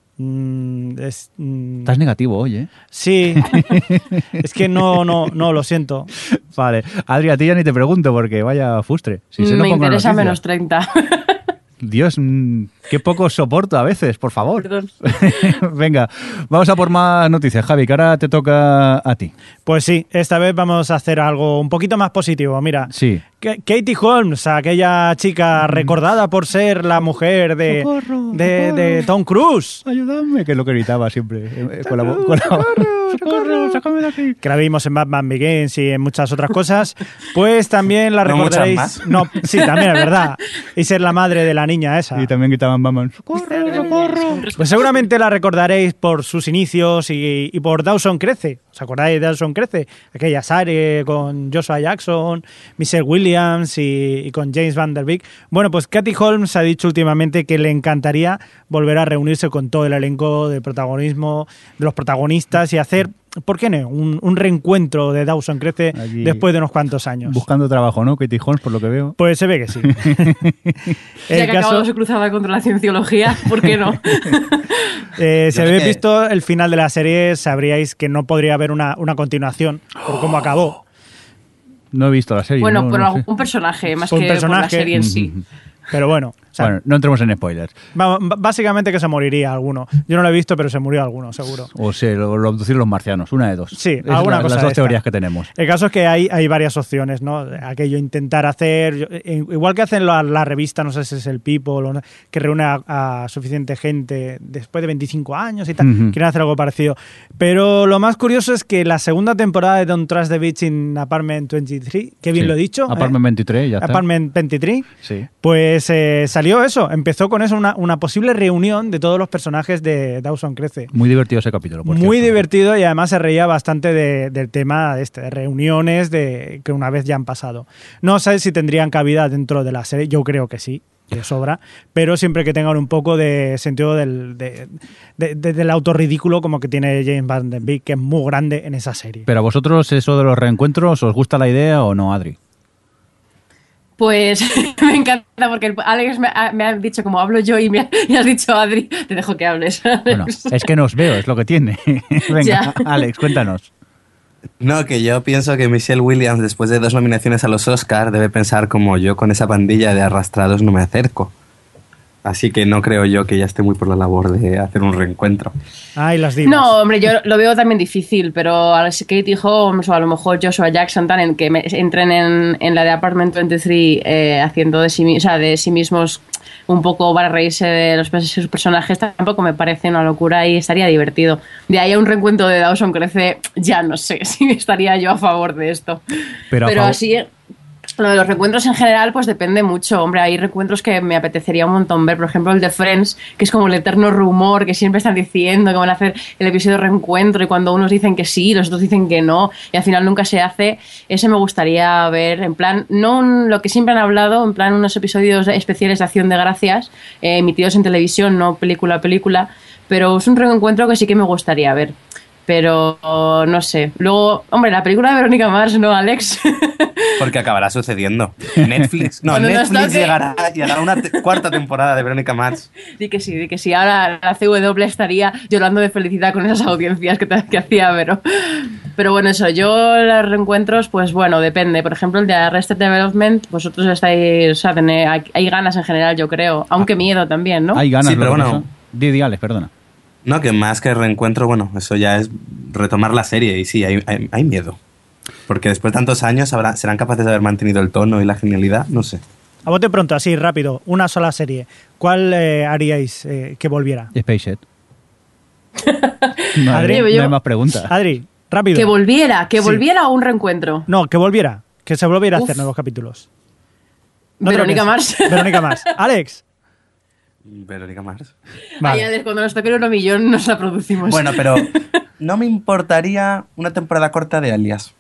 Estás negativo hoy, ¿eh? Sí, es que no, lo siento. Vale. Adri, a ti ya ni te pregunto porque vaya fustre. Si se lo me pongo en interesa noticias. menos 30. Dios, qué poco soporto a veces, por favor. Perdón. Venga, vamos a por más noticias, Javi, que ahora te toca a ti. Pues sí, esta vez vamos a hacer algo un poquito más positivo. Mira, Sí. Katie Holmes, aquella chica recordada por ser la mujer de, Socorro, de Tom Cruise, Ayúdame, que es lo que gritaba siempre. Con la voz. Socorro, sácame de aquí. que la vimos en Batman Begins y en muchas otras cosas, pues también la ¿No muchas recordaréis. más? No, sí, también es verdad. Y ser la madre de la niña esa. Y también gritaban Batman. Socorro. Pues seguramente la recordaréis por sus inicios y por Dawson Crece. ¿Os acordáis de Dawson Crece? Aquella serie con Joshua Jackson, Michelle Williams y con James Van Der Beek. Bueno, pues Katie Holmes ha dicho últimamente que le encantaría volver a reunirse con todo el elenco de protagonismo, de los protagonistas y hacer, ¿por qué no?, un reencuentro de Dawson Crece Allí, después de unos cuantos años. Buscando trabajo, ¿no? Katie Holmes, por lo que veo. Pues se ve que sí. Ya que acabado su cruzada contra la cienciología, ¿por qué no? Si Yo habéis es que- visto el final de la serie, sabríais que no podría haber una continuación por cómo acabó. No he visto la serie. Bueno, no, por no sé. algún personaje, más Por un que por la personaje. serie en sí. Pero bueno, o sea, Bueno, no entremos en spoilers. básicamente que se moriría alguno. Yo no lo he visto, pero se murió alguno, seguro. O se lo abducieron los marcianos, una de dos. Sí, Es alguna cosa las de dos esta. teorías que tenemos. El caso es que hay varias opciones, ¿no? Aquello, intentar hacer, igual que hacen la revista, no sé si es el People, que reúne a suficiente gente después de 25 años y tal, Ujú. quieren hacer algo parecido. Pero lo más curioso es que la segunda temporada de Don't Trust the Beach in Apartment 23, que bien Sí. lo he dicho. Apartment 23, ya está. Apartment 23, Sí. pues salió eso, empezó con eso una posible reunión de todos los personajes de Dawson Crece. Muy divertido ese capítulo, por Muy cierto. divertido y además se reía bastante del tema de reuniones que una vez ya han pasado. No sé si tendrían cabida dentro de la serie, yo creo que sí, de sobra, pero siempre que tengan un poco de sentido del autorridículo como que tiene James Van Den Beek, que es muy grande en esa serie. Pero a vosotros eso de los reencuentros, ¿os gusta la idea o no, Adri? Pues me encanta porque Alex me ha dicho como hablo yo y me has dicho Adri, te dejo que hables. Bueno, es que nos veo, es lo que tiene. Venga, Ya. Alex, cuéntanos. No, que yo pienso que Michelle Williams, después de 2 nominaciones a los Oscars, debe pensar como yo con esa pandilla de arrastrados no me acerco. Así que no creo yo que ella esté muy por la labor de hacer un reencuentro. Ay, las divas. No, hombre, yo lo veo también difícil, pero a Katie Holmes o a lo mejor Joshua Jackson también que entren en la de Apartment 23 haciendo de sí mismos un poco para reírse de sus personajes, tampoco me parece una locura y estaría divertido. De ahí a un reencuentro de Dawson Crece, ya no sé si estaría yo a favor de esto. Pero Pero a favor- así... Lo de los reencuentros en general, pues depende mucho. Hombre, hay reencuentros que me apetecería un montón ver. Por ejemplo, el de Friends, que es como el eterno rumor que siempre están diciendo que van a hacer el episodio de reencuentro y cuando unos dicen que sí, los otros dicen que no, y al final nunca se hace. Ese me gustaría ver, en plan, no lo que siempre han hablado, en plan unos episodios especiales de Acción de Gracias, emitidos en televisión, no película a película, pero es un reencuentro que sí que me gustaría ver. Pero no sé. Luego, hombre, la película de Verónica Mars, ¿no, Alex? Porque acabará sucediendo. Netflix, no, Cuando nos Netflix toque. llegará y hará una cuarta temporada de Verónica Mars. Di que sí, di que sí. Ahora la CW estaría llorando de felicidad con esas audiencias que hacía Vero. Pero bueno, eso, yo los reencuentros, pues bueno, depende. Por ejemplo, el de Arrested Development, vosotros estáis, o sea, hay ganas en general, yo creo. Aunque miedo también, ¿no? Hay ganas, Sí, pero lo que bueno. pasa. Di, Alex, perdona. No, que más que reencuentro, bueno, eso ya es retomar la serie y sí, hay miedo. Porque después de tantos años serán capaces de haber mantenido el tono y la genialidad, no sé. A bote pronto, así, rápido, una sola serie. ¿Cuál haríais que volviera? Spacejet. No, Adri, no yo- hay más preguntas. Adri, rápido. Que Sí. volviera a un reencuentro. No, que volviera. Que se volviera a Uf. hacer nuevos capítulos. No te lo Verónica pienses. Mars. Verónica Mars. Alex. Verónica Mars. Vale. Ay, Alex, cuando nos toque el 1 millón nos la producimos. Bueno, pero no me importaría una temporada corta de Alias.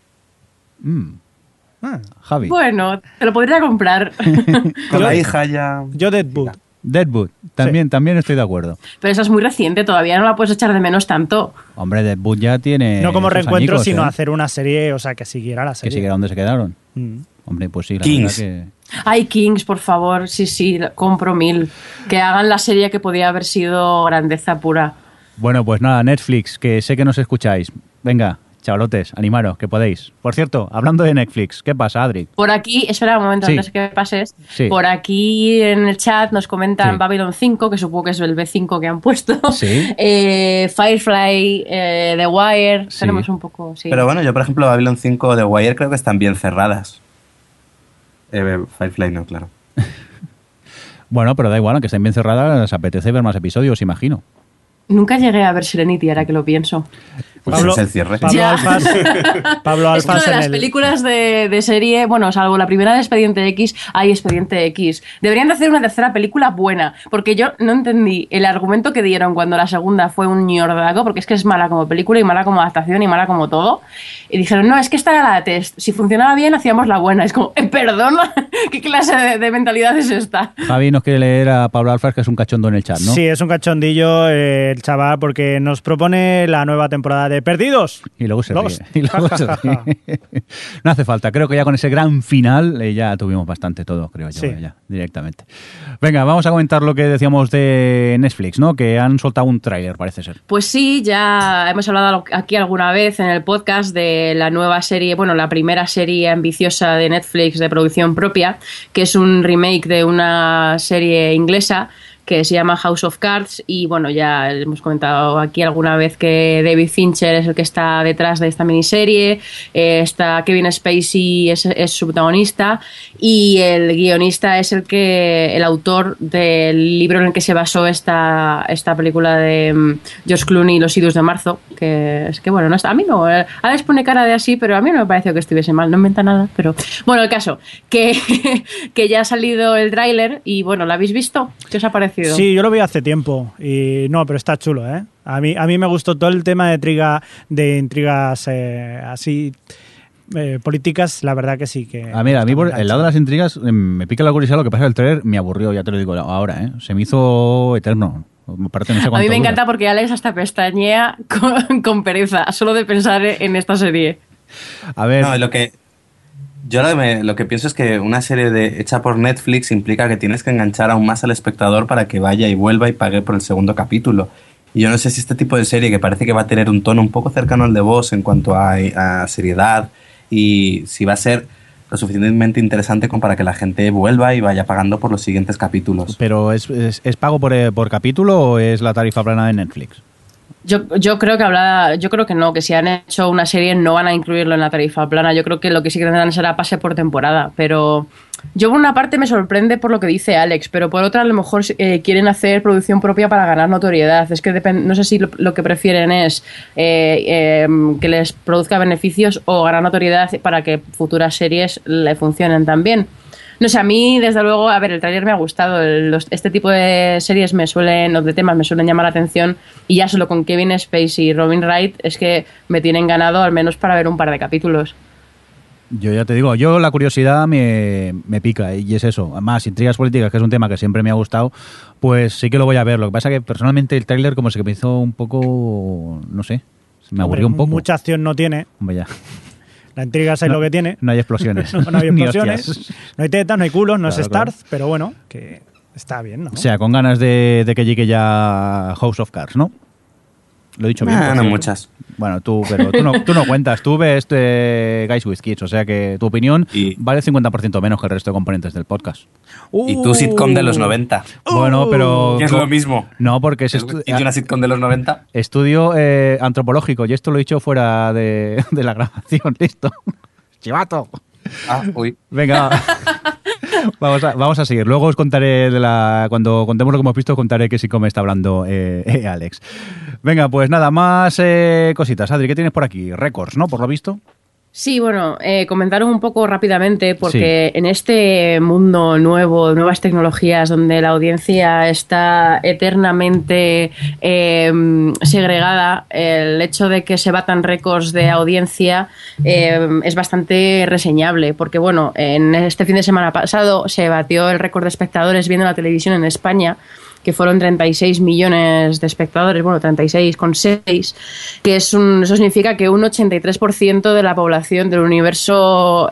Ah, Javi. Bueno, te lo podría comprar. Con la hija ya... yo Deadwood. Deadwood. También estoy de acuerdo. Pero esa es muy reciente, todavía no la puedes echar de menos tanto. Hombre, Deadwood ya tiene. No como sus reencuentro, añicos, sino ¿eh? hacer una serie, o sea, que siguiera la Que serie. siguiera donde se quedaron. Mm. Hombre, pues sí, la Kings. verdad que. Ay, Kings, por favor, sí, compro 1000. Que hagan la serie que podía haber sido grandeza pura. Bueno, pues nada, Netflix, que sé que nos escucháis. Venga, chavalotes, animaros, que podéis. Por cierto, hablando de Netflix, ¿qué pasa, Adri? Por aquí, espera un momento Sí. antes que pases. Sí. Por aquí en el chat nos comentan Sí. Babylon 5, que supongo que es el B5 que han puesto. Sí. Firefly, The Wire. Sí. Tenemos un poco, sí. Pero bueno, yo por ejemplo Babylon 5 de Wire creo que están bien cerradas. Firefly no, claro. Bueno, pero da igual, aunque estén bien cerradas, les apetece ver más episodios, imagino. Nunca llegué a ver Serenity, ahora que lo pienso. Pues ese es el cierre. Pablo Ya. Alfas, Pablo Es que Alfas lo de en las el... películas de serie, bueno, salvo la primera de Expediente X, hay Expediente X. Deberían de hacer una tercera película buena, porque yo no entendí el argumento que dieron cuando la segunda fue un ñordaco, porque es que es mala como película y mala como adaptación y mala como todo. Y dijeron, no, es que esta era la test. Si funcionaba bien, hacíamos la buena. Es como, perdona, ¿qué clase de mentalidad es esta? Javi nos quiere leer a Pablo Alfas, que es un cachondo en el chat, ¿no? Sí, es un cachondillo. el chaval porque nos propone la nueva temporada de Perdidos. Y luego se ríe. Lost. Y luego se ríe. No hace falta. Creo que ya con ese gran final ya tuvimos bastante todo, creo yo, Sí. ya directamente. Venga, vamos a comentar lo que decíamos de Netflix, ¿no? Que han soltado un tráiler, parece ser. Pues sí, ya hemos hablado aquí alguna vez en el podcast de la nueva serie, bueno, la primera serie ambiciosa de Netflix de producción propia, que es un remake de una serie inglesa que se llama House of Cards, y bueno, ya hemos comentado aquí alguna vez que David Fincher es el que está detrás de esta miniserie, está Kevin Spacey es su protagonista, y el guionista es el autor del libro en el que se basó esta película de George Clooney, Los idus de marzo, que es que bueno, no está, a mí no, Alex pone cara de así, pero a mí no me pareció que estuviese mal, no inventa nada, pero bueno, el caso, que ya ha salido el tráiler y bueno, ¿lo habéis visto? ¿Qué os ha parecido? Sí, yo lo vi hace tiempo y no, pero está chulo, ¿eh? A mí me gustó todo el tema de intrigas así políticas, la verdad que sí que... Mira, a mí por el lado de las intrigas me pica la curiosidad, lo que pasa que el trailer me aburrió, ya te lo digo ahora, ¿eh? Se me hizo eterno. Aparte, no sé a mí cuánto me dura. encanta porque Alex hasta pestañea con pereza, solo de pensar en esta serie. A ver... No, yo lo que pienso es que una serie hecha por Netflix implica que tienes que enganchar aún más al espectador para que vaya y vuelva y pague por el segundo capítulo. Y yo no sé si este tipo de serie, que parece que va a tener un tono un poco cercano al de Boss en cuanto a seriedad, y si va a ser lo suficientemente interesante como para que la gente vuelva y vaya pagando por los siguientes capítulos. ¿Pero es pago por capítulo o es la tarifa plana de Netflix? Yo creo que no, que si han hecho una serie no van a incluirlo en la tarifa plana. Yo creo que lo que sí que tendrán será pase por temporada, pero yo por una parte me sorprende por lo que dice Alex, pero por otra a lo mejor quieren hacer producción propia para ganar notoriedad. Es que no sé si lo que prefieren es que les produzca beneficios o ganar notoriedad para que futuras series le funcionen también. No sé, a mí, desde luego, a ver, el tráiler me ha gustado. Este tipo de series o de temas me suelen llamar la atención, y ya solo con Kevin Spacey y Robin Wright es que me tienen ganado al menos para ver un par de capítulos. Yo ya te digo, la curiosidad me pica, y es eso. Además, intrigas políticas, que es un tema que siempre me ha gustado, pues sí que lo voy a ver. Lo que pasa que personalmente el tráiler como se me hizo un poco, no sé, me aburrió un poco. Mucha acción no tiene. Hombre, ya. La intriga es lo que tiene. No hay explosiones. No hay Ni explosiones, hostias. no hay tetas, no hay culos, no Claro, es Starz, pero bueno, que está bien, ¿no? O sea, con ganas de que llegue ya House of Cards, ¿no? Lo he dicho bien. por No cierto. muchas. Bueno, tú no cuentas. Tú ves Guys with Kids, o sea que tu opinión vale 50% menos que el resto de componentes del podcast. Y tu sitcom de los 90. Bueno, pero... Que es lo mismo. No, porque es ¿Y una sitcom de los 90? estudio antropológico, y esto lo he dicho fuera de la grabación. Listo. Chivato. Uy. Venga, vamos a seguir. Luego os contaré cuando contemos lo que hemos visto, contaré que sí me está hablando Alex. Venga, pues nada, más cositas. Adri, ¿qué tienes por aquí? Récords, ¿no? Por lo visto. Sí, bueno, comentaros un poco rápidamente, porque en este mundo nuevo, nuevas tecnologías, donde la audiencia está eternamente segregada, el hecho de que se batan récords de audiencia es bastante reseñable, porque bueno, en este fin de semana pasado se batió el récord de espectadores viendo la televisión en España, que fueron 36 millones de espectadores, bueno, 36,6, que eso significa que un 83% de la población del universo,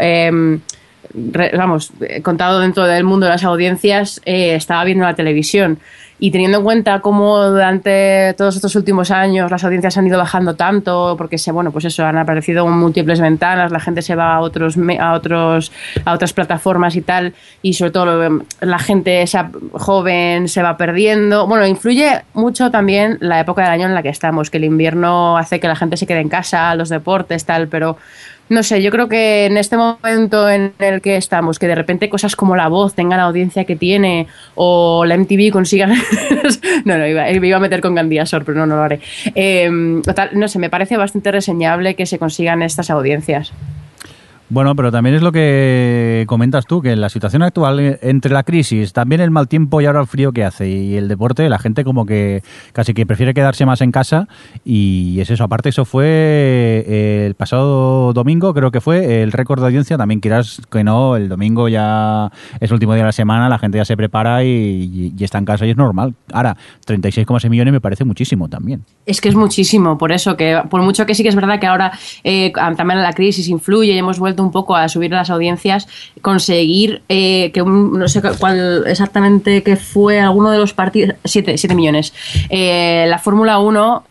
contado dentro del mundo de las audiencias, estaba viendo la televisión. Y teniendo en cuenta cómo durante todos estos últimos años las audiencias han ido bajando tanto, porque han aparecido múltiples ventanas, la gente se va a otras plataformas y tal, y sobre todo la gente esa joven se va perdiendo. Bueno, influye mucho también la época del año en la que estamos, que el invierno hace que la gente se quede en casa, los deportes, tal, pero no sé, yo creo que en este momento en el que estamos, que de repente cosas como La Voz tengan la audiencia que tiene, o la MTV consiga... iba a meter con Gandía Sor, pero no lo haré. No sé, me parece bastante reseñable que se consigan estas audiencias. Bueno, pero también es lo que comentas tú, que en la situación actual, entre la crisis, también el mal tiempo y ahora el frío que hace y el deporte, la gente como que casi que prefiere quedarse más en casa y es eso. Aparte, eso fue el pasado domingo, creo que fue el récord de audiencia. También quieras que no, el domingo ya es el último día de la semana, la gente ya se prepara y está en casa y es normal. Ahora, 36,6 millones me parece muchísimo también. Es que es muchísimo, por eso, que por mucho que sí que es verdad que ahora también la crisis influye y hemos vuelto un poco a subir las audiencias, conseguir no sé cuál exactamente que fue alguno de los partidos, 7 millones. La Fórmula 1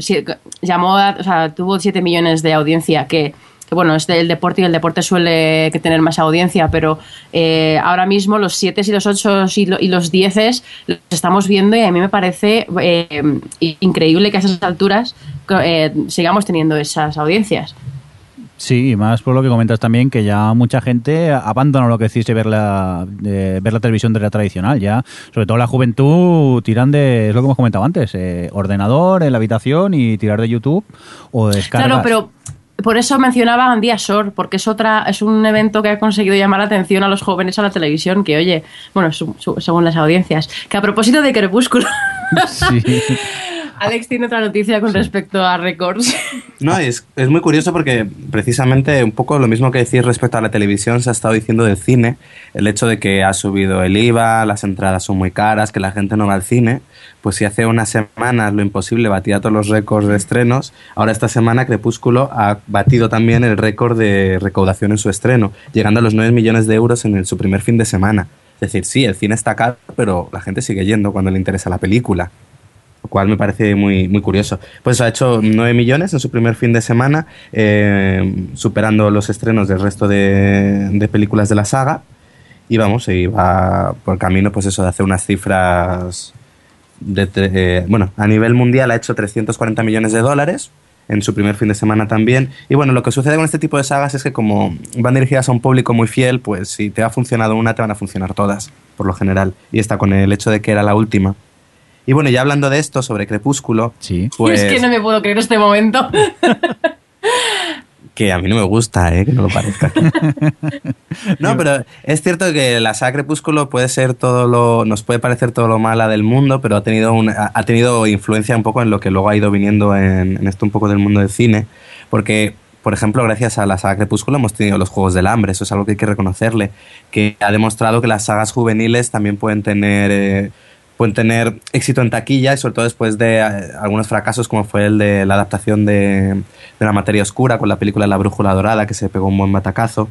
tuvo 7 millones de audiencia, que bueno, es del deporte y el deporte suele tener más audiencia, pero ahora mismo los 7 y los 8 y los 10 los estamos viendo y a mí me parece increíble que a esas alturas sigamos teniendo esas audiencias. Sí, y más por lo que comentas también, que ya mucha gente abandona lo que decís de ver la televisión de la tradicional. Ya, sobre todo la juventud, tiran de, es lo que hemos comentado antes, ordenador en la habitación y tirar de YouTube o de descargas. Claro, pero por eso mencionaba Andía Shore, porque es un evento que ha conseguido llamar la atención a los jóvenes a la televisión, que oye, bueno, según las audiencias. Que a propósito de Crepúsculo... Sí. Alex tiene otra noticia con respecto a Records. No, es muy curioso porque precisamente un poco lo mismo que decís respecto a la televisión se ha estado diciendo del cine. El hecho de que ha subido el IVA, las entradas son muy caras, que la gente no va al cine. Pues si hace unas semanas lo imposible batía todos los récords de estrenos, ahora esta semana Crepúsculo ha batido también el récord de recaudación en su estreno, llegando a los 9 millones de euros en su primer fin de semana. Es decir, sí, el cine está caro, pero la gente sigue yendo cuando le interesa la película. Lo cual me parece muy, muy curioso. Pues ha hecho 9 millones en su primer fin de semana, superando los estrenos del resto de películas de la saga. Y vamos, se iba por camino, pues eso, de hacer unas cifras... a nivel mundial ha hecho 340 millones de dólares en su primer fin de semana también. Y bueno, lo que sucede con este tipo de sagas es que como van dirigidas a un público muy fiel, pues si te ha funcionado una, te van a funcionar todas, por lo general. Y esta con el hecho de que era la última. Y bueno, ya hablando de esto, sobre Crepúsculo... Sí. Pues... Es que no me puedo creer este momento. Que a mí no me gusta, que no lo parezca. No, pero es cierto que la saga Crepúsculo puede ser nos puede parecer todo lo mala del mundo, pero ha tenido influencia un poco en lo que luego ha ido viniendo en esto un poco del mundo del cine. Porque, por ejemplo, gracias a la saga Crepúsculo hemos tenido los Juegos del Hambre. Eso es algo que hay que reconocerle. Que ha demostrado que las sagas juveniles también pueden tener éxito en taquilla y sobre todo después de algunos fracasos como fue el de la adaptación de La Materia Oscura con la película La Brújula Dorada, que se pegó un buen batacazo.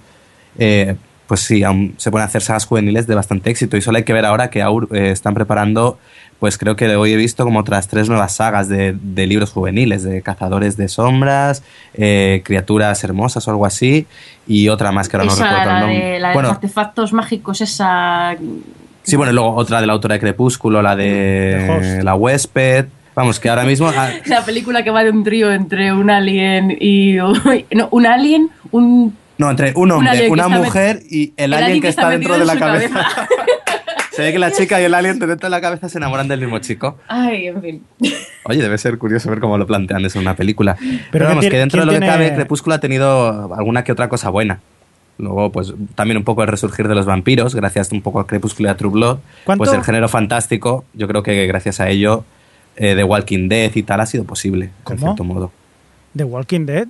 Pues sí, aún se pueden hacer sagas juveniles de bastante éxito y solo hay que ver ahora que están preparando, pues creo que hoy he visto como otras 3 nuevas sagas de libros juveniles, de Cazadores de Sombras, Criaturas Hermosas o algo así, y otra más que ahora no recuerdo el nombre. La de los artefactos mágicos, esa... Sí, bueno, y luego otra de la autora de Crepúsculo, la de La Huésped. Vamos, que ahora mismo... La película que va de un trío entre un alien y... No, un alien, No, entre un hombre, una mujer y el alien que está dentro de la cabeza. Se ve que la chica y el alien dentro de la cabeza se enamoran del mismo chico. Ay, en fin. Oye, debe ser curioso ver cómo lo plantean eso en una película. Pero vamos, que dentro de lo que cabe, Crepúsculo ha tenido alguna que otra cosa buena. Luego, pues también un poco el resurgir de los vampiros, gracias un poco a Crepúsculo y a True Blood. ¿Cuánto? Pues el género fantástico, yo creo que gracias a ello, The Walking Dead y tal ha sido posible, ¿Cómo? en cierto modo. ¿The Walking Dead?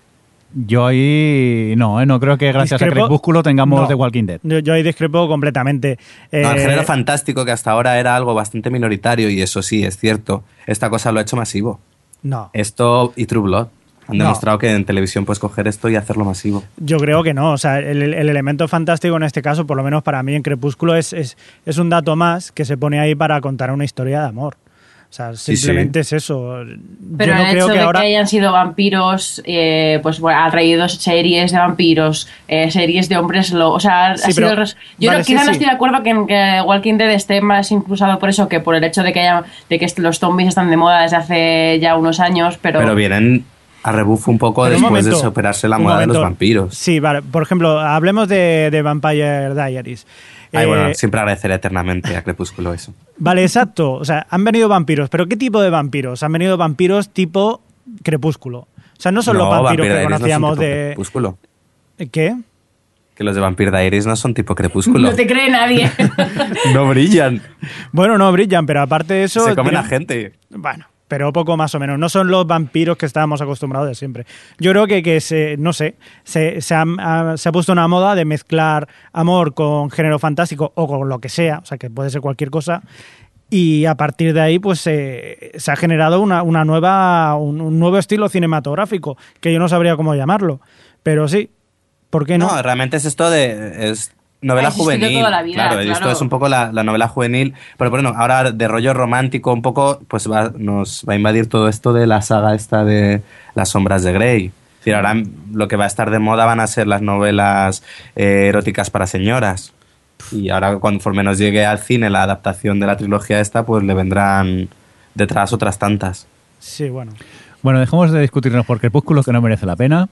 Yo ahí no creo que gracias a Crepúsculo tengamos The Walking Dead. Yo ahí discrepo completamente. El género fantástico, que hasta ahora era algo bastante minoritario, y eso sí, es cierto, esta cosa lo ha hecho masivo. No. Esto y True Blood han demostrado que en televisión puedes coger esto y hacerlo masivo. Yo creo que no. O sea, el elemento fantástico en este caso, por lo menos para mí en Crepúsculo, es un dato más que se pone ahí para contar una historia de amor. O sea, simplemente es eso. Pero yo no el creo hecho que de ahora... que hayan sido vampiros, pues bueno, ha traído series de vampiros, series de hombres lobos. O sea, Sí, ha sido pero- yo vale, quizá sí, no sí. estoy de acuerdo que Walking Dead esté más impulsado por eso que por el hecho de que los zombies están de moda desde hace ya unos años, pero vienen a rebufo un poco Pero un después de momento, superarse la un moda de los momento. vampiros. Sí, vale. Por ejemplo, hablemos de Vampire Diaries. Bueno, siempre agradeceré eternamente a Crepúsculo eso. Vale, exacto. O sea, han venido vampiros. ¿Pero qué tipo de vampiros? Han venido vampiros tipo Crepúsculo. O sea, no son los vampiros Vampire que Diaries no es un conocíamos tipo de... Crepúsculo. ¿Qué? Que los de Vampire Diaries no son tipo Crepúsculo. No te cree nadie. No brillan. Bueno, no brillan, pero aparte de eso... Se comen a gente. Bueno, pero poco más o menos. No son los vampiros que estábamos acostumbrados de siempre. Yo creo que se ha puesto una moda de mezclar amor con género fantástico o con lo que sea, o sea, que puede ser cualquier cosa. Y a partir de ahí, pues se ha generado un nuevo estilo cinematográfico, que yo no sabría cómo llamarlo. Pero sí, ¿por qué no? No, realmente es esto es novela juvenil. Toda la vida, claro, esto es un poco la novela juvenil. Pero bueno, ahora de rollo romántico un poco, pues nos va a invadir todo esto de la saga esta de Las sombras de Grey. Es decir, ahora lo que va a estar de moda van a ser las novelas eróticas para señoras. Y ahora, conforme nos llegue al cine la adaptación de la trilogía esta, pues le vendrán detrás otras tantas. Sí, bueno. Bueno, dejemos de discutirnos por Crepúsculo, que no merece la pena.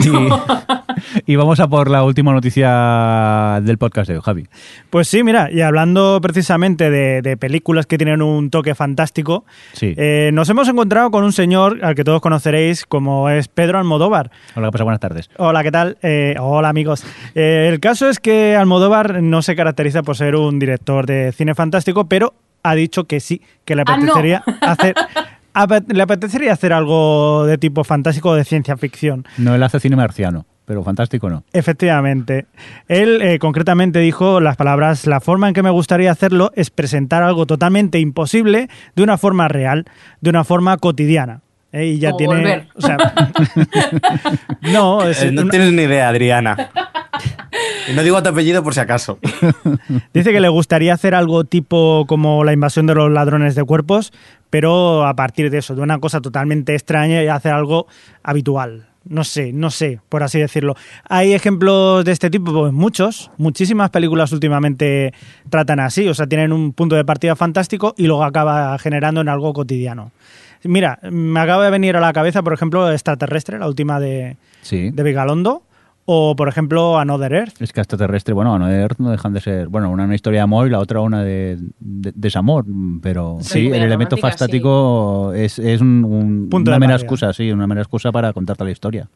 Y vamos a por la última noticia del podcast de hoy, Javi. Pues sí, mira, y hablando precisamente de películas que tienen un toque fantástico, Sí. Nos hemos encontrado con un señor al que todos conoceréis como es Pedro Almodóvar. Hola, ¿qué pasa? Buenas tardes. Hola, ¿qué tal? Hola, amigos. El caso es que Almodóvar no se caracteriza por ser un director de cine fantástico, pero ha dicho que sí, que le apetecería le apetecería hacer algo de tipo fantástico o de ciencia ficción. No, él hace cine marciano, pero fantástico no. Efectivamente. Él concretamente dijo las palabras: la forma en que me gustaría hacerlo es presentar algo totalmente imposible de una forma real, de una forma cotidiana. Y ya Como tiene... Volver. O sea, no, No tienes ni idea, Adriana. Y no digo tu apellido por si acaso. dice que le gustaría hacer algo tipo como La invasión de los ladrones de cuerpos, pero a partir de eso, de una cosa totalmente extraña, y hacer algo habitual. No sé, por así decirlo. Hay ejemplos de este tipo, pues muchísimas películas últimamente tratan así, o sea, tienen un punto de partida fantástico y luego acaba generando en algo cotidiano. Mira, me acaba de venir a la cabeza, por ejemplo, Extraterrestre, la última de Vigalondo, o por ejemplo Another Earth. Es que Extraterrestre, bueno, Another Earth no dejan de ser, bueno, una historia de amor y la otra una de desamor, pero sí, el elemento romántica, fantástico es un Punto una de mera partida. excusa, sí, una mera excusa para contarte la historia.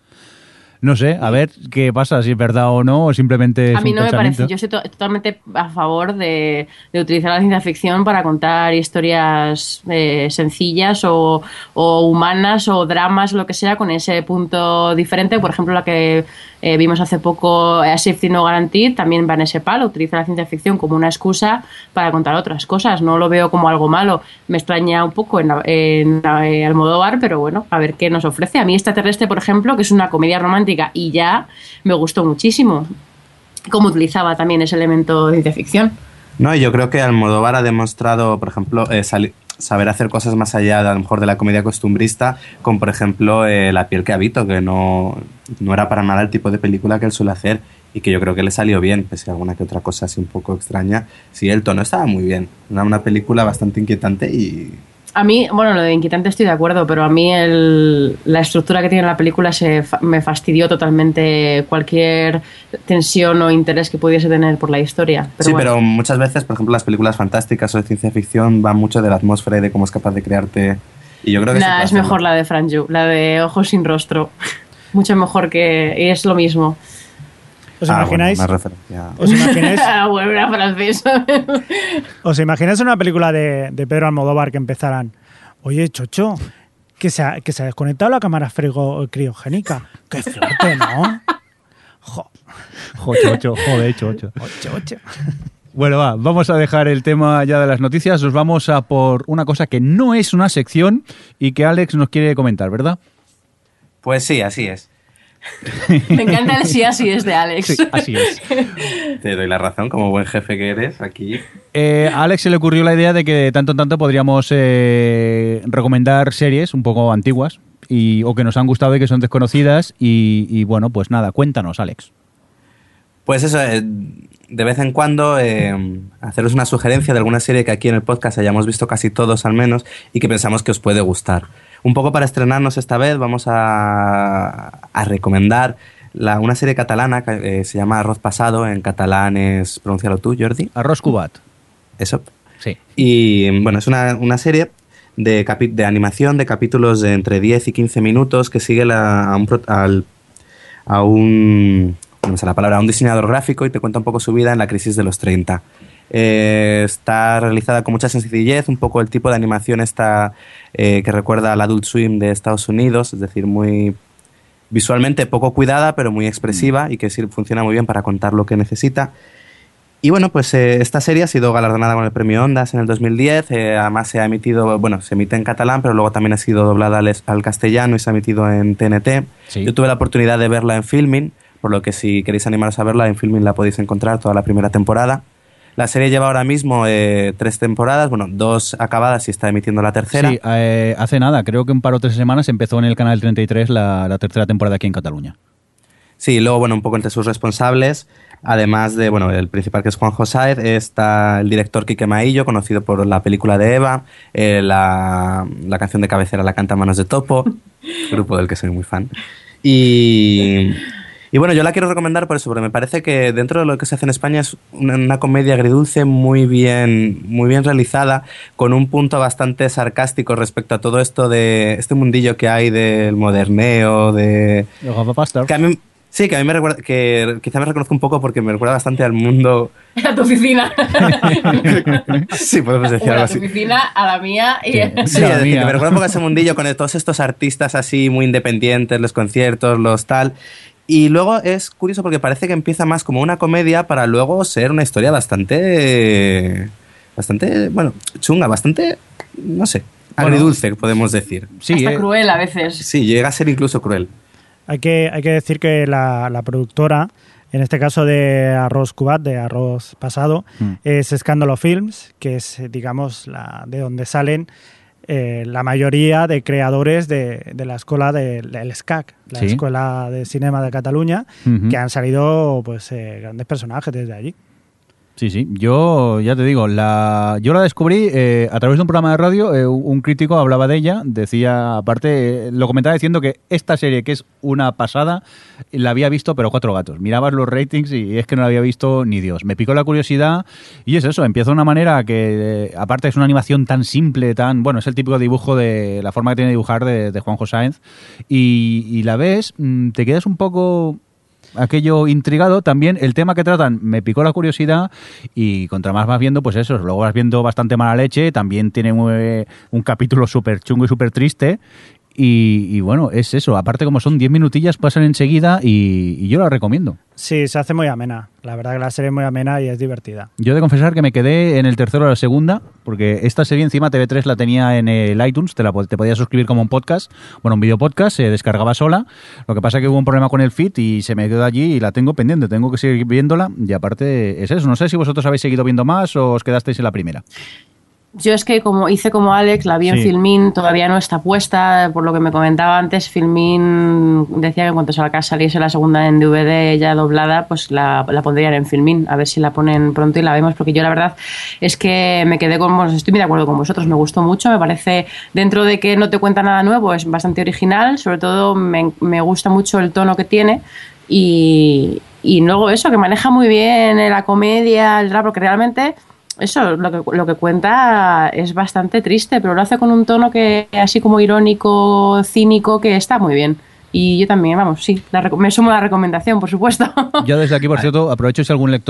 No sé, a ver qué pasa, si es verdad o no, o simplemente es A mí un no me pensamiento. parece. Yo estoy totalmente a favor de utilizar la ciencia ficción para contar historias sencillas o humanas o dramas, lo que sea, con ese punto diferente. Por ejemplo, la que vimos hace poco, Safety No Guaranteed, también va en ese palo. Utiliza la ciencia ficción como una excusa para contar otras cosas. No lo veo como algo malo. Me extraña un poco en Almodóvar, pero bueno, a ver qué nos ofrece. A mí Extraterrestre, por ejemplo, que es una comedia romántica y ya me gustó muchísimo cómo utilizaba también ese elemento de ciencia ficción. No, y yo creo que Almodóvar ha demostrado, por ejemplo, saber hacer cosas más allá de, a lo mejor, de la comedia costumbrista, como por ejemplo La piel que habito, que no era para nada el tipo de película que él suele hacer y que yo creo que le salió bien, pese a alguna que otra cosa así un poco extraña. Sí, el tono estaba muy bien. Era una película bastante inquietante y... A mí, bueno, lo de inquietante estoy de acuerdo, pero a mí la estructura que tiene la película me fastidió totalmente cualquier tensión o interés que pudiese tener por la historia. Pero sí, bueno. pero muchas veces, por ejemplo, las películas fantásticas o de ciencia ficción van mucho de la atmósfera y de cómo es capaz de crearte... Y yo creo que Nah, es mejor la de Frank Yu, la de Ojos sin rostro. Mucho mejor que... Y es lo mismo. ¿Os imagináis? Bueno, una referencia. ¿Os imagináis? Ah, bueno, era francesa. ¿Os imagináis una película de Pedro Almodóvar que empezaran: oye, Chocho, que se ha desconectado la cámara criogénica? ¡Qué fuerte!, ¿no? Joder, chocho. Chocho. Bueno, vamos a dejar el tema ya de las noticias. Nos vamos a por una cosa que no es una sección y que Alex nos quiere comentar, ¿verdad? Pues sí, así es. Me encanta el sí así es de Alex. Sí, así es. Te doy la razón, como buen jefe que eres, aquí. A Alex se le ocurrió la idea de que de tanto en tanto podríamos recomendar series un poco antiguas o que nos han gustado y que son desconocidas y bueno, pues nada, cuéntanos, Alex. Pues eso, de vez en cuando haceros una sugerencia de alguna serie que aquí en el podcast hayamos visto casi todos al menos y que pensamos que os puede gustar. Un poco para estrenarnos esta vez vamos a recomendar una serie catalana que se llama Arroz Pasado, en catalán es... Pronúncialo tú, Jordi. Arroz Cubat. Eso. Sí. Y bueno, es una serie de animación de capítulos de entre 10 y 15 minutos que sigue a un no sé la palabra, un diseñador gráfico y te cuenta un poco su vida en la crisis de los 30. Está realizada con mucha sencillez, un poco el tipo de animación que recuerda al Adult Swim de Estados Unidos, es decir, muy visualmente poco cuidada, pero muy expresiva y que sí funciona muy bien para contar lo que necesita. Y bueno, pues esta serie ha sido galardonada con el premio Ondas en el 2010, además se emite en catalán, pero luego también ha sido doblada al castellano y se ha emitido en TNT. Sí. Yo tuve la oportunidad de verla en Filmin, por lo que si queréis animaros a verla, en Filmin la podéis encontrar toda la primera temporada. La serie lleva ahora mismo 3 temporadas, 2 acabadas y está emitiendo la tercera. Sí, hace nada, creo que un par o 3 semanas empezó en el canal 33 la tercera temporada aquí en Cataluña. Sí, luego, un poco entre sus responsables, además de, el principal que es Juanjo Sáez, está el director Quique Maillo, conocido por la película de Eva, la canción de cabecera la canta Manos de Topo, grupo del que soy muy fan. Y bueno, yo la quiero recomendar por eso, porque me parece que dentro de lo que se hace en España es una comedia agridulce muy bien realizada, con un punto bastante sarcástico respecto a todo esto de este mundillo que hay del moderneo, de... Que a mí me recuerda, que quizá me reconozco un poco porque me recuerda bastante al mundo... A tu oficina. Sí, podemos decir algo así. A tu oficina, a la mía. Y... Sí, es decir, que me recuerda un poco a ese mundillo con todos estos artistas así muy independientes, los conciertos, los tal... Y luego es curioso porque parece que empieza más como una comedia para luego ser una historia bastante chunga, bastante, no sé, agridulce, podemos decir. Sí, hasta cruel a veces. Sí, llega a ser incluso cruel. Hay que decir que la productora, en este caso de Arroz Cubat, de Arroz Pasado, es Escándalo Films, que es, digamos, de donde salen la mayoría de creadores de la escuela del SCAC, la Escuela de Cinema de Cataluña, que han salido grandes personajes desde allí. Sí, yo ya te digo, yo la descubrí a través de un programa de radio, un crítico hablaba de ella, decía, aparte, lo comentaba diciendo que esta serie, que es una pasada, la había visto pero 4 gatos. Mirabas los ratings y es que no la había visto ni Dios. Me picó la curiosidad y es eso, empieza de una manera que, aparte es una animación tan simple, es el típico dibujo de la forma que tiene de dibujar de Juanjo Sáenz y la ves, te quedas un poco... aquello intrigado. También el tema que tratan me picó la curiosidad y contra más vas viendo, pues eso, luego vas viendo bastante mala leche, también tiene un capítulo súper chungo y súper triste y bueno, es eso, aparte como son 10 minutillas pasan enseguida y yo la recomiendo. Sí, se hace muy amena, la verdad que la serie es muy amena y es divertida. Yo he de confesar que me quedé en el tercero o la segunda, porque esta serie encima TV3 la tenía en el iTunes, te podías suscribir como un podcast, un video podcast, se descargaba sola, lo que pasa es que hubo un problema con el feed y se me quedó allí y la tengo pendiente, tengo que seguir viéndola y aparte es eso, no sé si vosotros habéis seguido viendo más o os quedasteis en la primera. Yo es que hice como Alex, la vi en Filmin, todavía no está puesta, por lo que me comentaba antes, Filmin decía que en cuanto saliese la segunda en DVD ya doblada, pues la pondrían en Filmin, a ver si la ponen pronto y la vemos, porque yo la verdad es que me quedé estoy muy de acuerdo con vosotros, me gustó mucho, me parece, dentro de que no te cuenta nada nuevo, es bastante original, sobre todo me gusta mucho el tono que tiene y luego eso, que maneja muy bien la comedia, el rap, porque realmente... Eso, lo que cuenta es bastante triste, pero lo hace con un tono que así como irónico, cínico, que está muy bien. Y yo también, me sumo a la recomendación, por supuesto. Yo desde aquí, por cierto, aprovecho si algún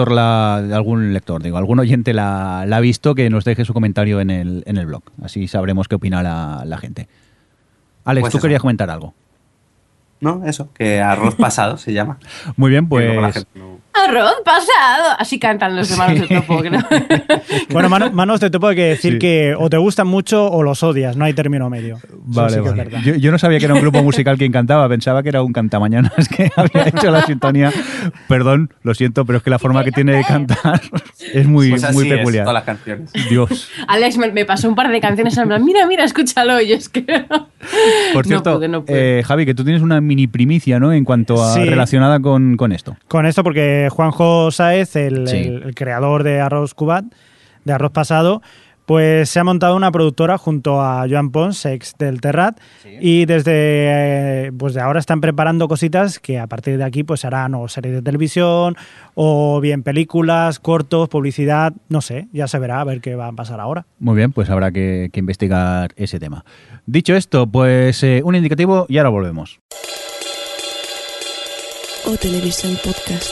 algún oyente la ha visto, que nos deje su comentario en el blog. Así sabremos qué opina la gente. Alex, pues tú eso. querías comentar algo. No, eso, que Arroz Pasado se llama. Muy bien, pues... Arroz pasado. Así cantan los de Manos de Topo, creo. Bueno, Manos de Topo hay que decir que o te gustan mucho o los odias, no hay término medio. Vale. Yo no sabía que era un grupo musical quien cantaba, pensaba que era un cantamañanas que había hecho la sintonía. Perdón, lo siento, pero es que la forma que tiene de cantar es muy peculiar. Todas las canciones. Dios. Alex me pasó un par de canciones en plan, mira, escúchalo, y es que... Por cierto, no pude. Javi, que tú tienes una mini primicia, ¿no? En cuanto a relacionada con esto. Con esto, porque Juanjo Sáez, el creador de Arroz Cubat, de Arroz Pasado, pues se ha montado una productora junto a Joan Pons, ex del Terrat, y desde pues de ahora están preparando cositas que a partir de aquí pues harán o series de televisión o bien películas, cortos, publicidad, no sé, ya se verá a ver qué va a pasar ahora. Muy bien, pues habrá que investigar ese tema. Dicho esto, pues un indicativo y ahora volvemos. o Televisión Podcast.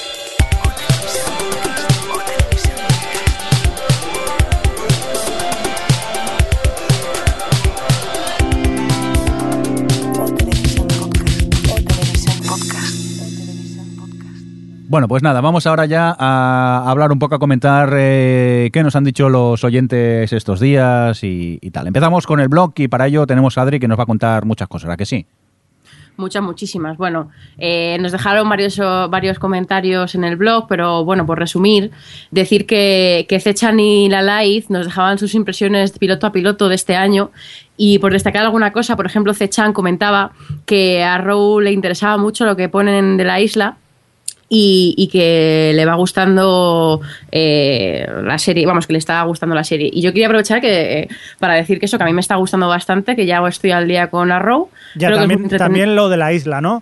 Bueno, pues nada, vamos ahora ya a hablar un poco, a comentar qué nos han dicho los oyentes estos días y tal. Empezamos con el blog y para ello tenemos a Adri que nos va a contar muchas cosas, ¿a que sí? Muchísimas. Bueno, nos dejaron varios comentarios en el blog, pero bueno, por resumir, decir que Zechan y Lalaiz nos dejaban sus impresiones piloto a piloto de este año y por destacar alguna cosa, por ejemplo, Zechan comentaba que a Row le interesaba mucho lo que ponen de la isla y que le va gustando la serie, vamos, que le está gustando la serie. Y yo quería aprovechar para decir que eso, que a mí me está gustando bastante, que ya estoy al día con Arrow. Ya, también lo de la isla, ¿no?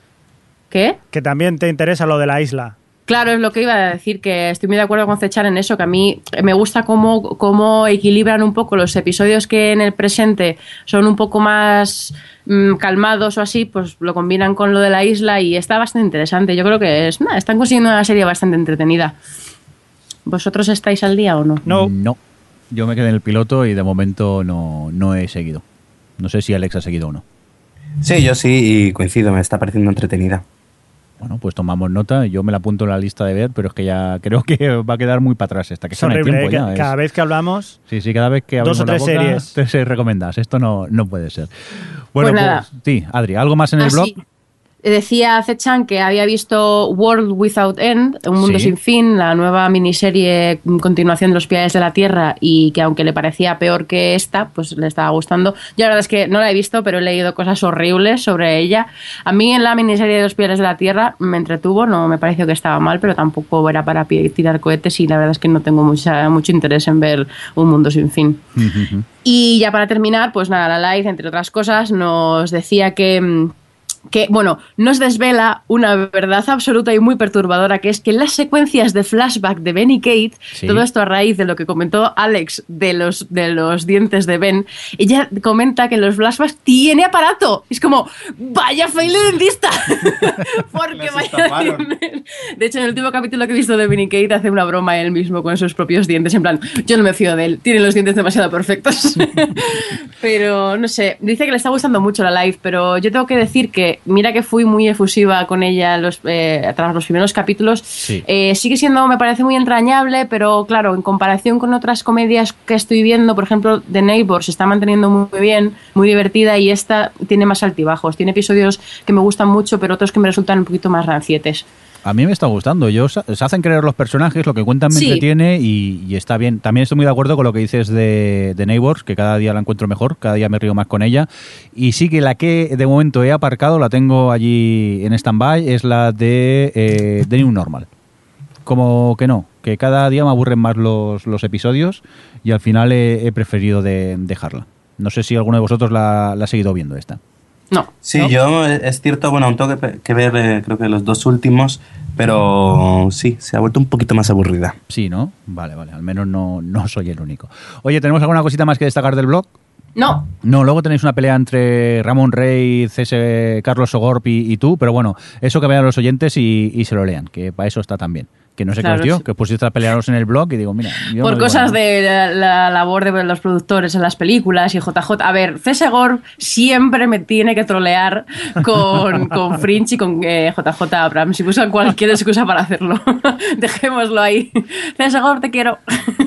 ¿Qué? Que también te interesa lo de la isla. Claro, es lo que iba a decir, que estoy muy de acuerdo con Zechan en eso, que a mí me gusta cómo equilibran un poco los episodios que en el presente son un poco más calmados o así, pues lo combinan con lo de la isla y está bastante interesante. Yo creo que están consiguiendo una serie bastante entretenida. ¿Vosotros estáis al día o no? No, yo me quedé en el piloto y de momento no he seguido. No sé si Alex ha seguido o no. Sí, yo sí, y coincido, me está pareciendo entretenida. Bueno, pues tomamos nota, yo me la apunto en la lista de ver, pero es que ya creo que va a quedar muy para atrás esta, que es horrible, tiempo ya. Cada vez que hablamos... Sí, cada vez que hablamos 2 o 3 series. 3 series recomendadas, esto no puede ser. Bueno, pues nada. Sí, Adri, ¿algo más en el blog? Sí. Decía Zechan que había visto World Without End, Un Mundo Sin Fin, la nueva miniserie continuación de Los Pilares de la Tierra, y que aunque le parecía peor que esta, pues le estaba gustando. Yo la verdad es que no la he visto, pero he leído cosas horribles sobre ella. A mí en la miniserie de Los Pilares de la Tierra me entretuvo, no me pareció que estaba mal, pero tampoco era para tirar cohetes y la verdad es que no tengo mucho interés en ver Un Mundo Sin Fin. Y ya para terminar, pues nada, Lalaiz, entre otras cosas, nos decía que bueno, nos desvela una verdad absoluta y muy perturbadora, que es que en las secuencias de flashback de Ben y Kate, todo esto a raíz de lo que comentó Alex de los dientes de Ben, ella comenta que en los flashbacks tiene aparato. Es como, vaya fail de dentista. Porque vaya... De hecho, en el último capítulo que he visto de Ben y Kate hace una broma él mismo con sus propios dientes, en plan, yo no me fío de él, tiene los dientes demasiado perfectos. Pero, no sé, dice que le está gustando mucho la live, pero yo tengo que decir que mira que fui muy efusiva con ella tras los primeros capítulos. Sigue siendo, me parece muy entrañable, pero claro, en comparación con otras comedias que estoy viendo, por ejemplo, The Neighbors se está manteniendo muy bien, muy divertida, y esta tiene más altibajos. Tiene episodios que me gustan mucho, pero otros que me resultan un poquito más rancietes. A mí me está gustando. Se hacen creer los personajes, lo que cuentan me entretiene y está bien. También estoy muy de acuerdo con lo que dices de Neighbors, que cada día la encuentro mejor, cada día me río más con ella. Y sí que la que de momento he aparcado, la tengo allí en stand-by, es la de The New Normal. Como que no, que cada día me aburren más los episodios y al final he preferido dejarla. No sé si alguno de vosotros la ha seguido viendo esta. No. Sí, ¿no? Yo es cierto, bueno, aún tengo que ver creo que los 2 últimos, pero sí, se ha vuelto un poquito más aburrida. Sí, ¿no? Vale, al menos no soy el único. Oye, ¿tenemos alguna cosita más que destacar del blog? No. No, luego tenéis una pelea entre Ramón Rey, Carlos Sogorp y tú, pero bueno, eso que vean los oyentes y se lo lean, que para eso está también. Que no sé qué os dio, que pusisteis a pelearos en el blog y digo, mira... Por cosas de la labor de los productores en las películas y JJ. A ver, Segorp siempre me tiene que trolear con Fringe y con JJ Abrams. Si buscan cualquier excusa para hacerlo. Dejémoslo ahí. Segorp, te quiero.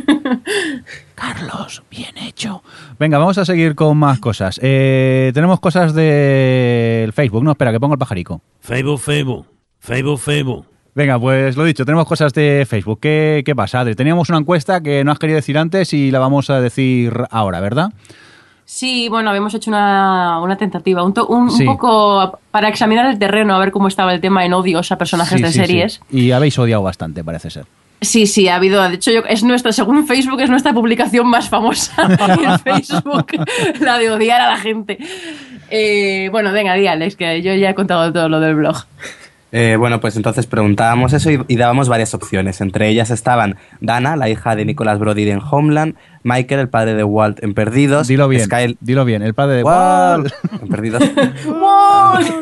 Carlos, bien hecho. Venga, vamos a seguir con más cosas. Tenemos cosas del Facebook. No, espera, que pongo el pajarico. Facebook. Venga, pues lo dicho, tenemos cosas de Facebook. ¿Qué pasa, Adri? Teníamos una encuesta que no has querido decir antes y la vamos a decir ahora, ¿verdad? Sí, bueno, habíamos hecho una tentativa, un poco para examinar el terreno, a ver cómo estaba el tema en odios a personajes de series. Sí. Y habéis odiado bastante, parece ser. Sí, ha habido, de hecho, según Facebook, es nuestra publicación más famosa en Facebook, la de odiar a la gente. Bueno, venga, di, Alex, que yo ya he contado todo lo del blog. Bueno, pues entonces preguntábamos eso y dábamos varias opciones. Entre ellas estaban Dana, la hija de Nicholas Brody en Homeland, Michael, el padre de Walt en Perdidos. Dilo bien, el padre de Walt en Perdidos.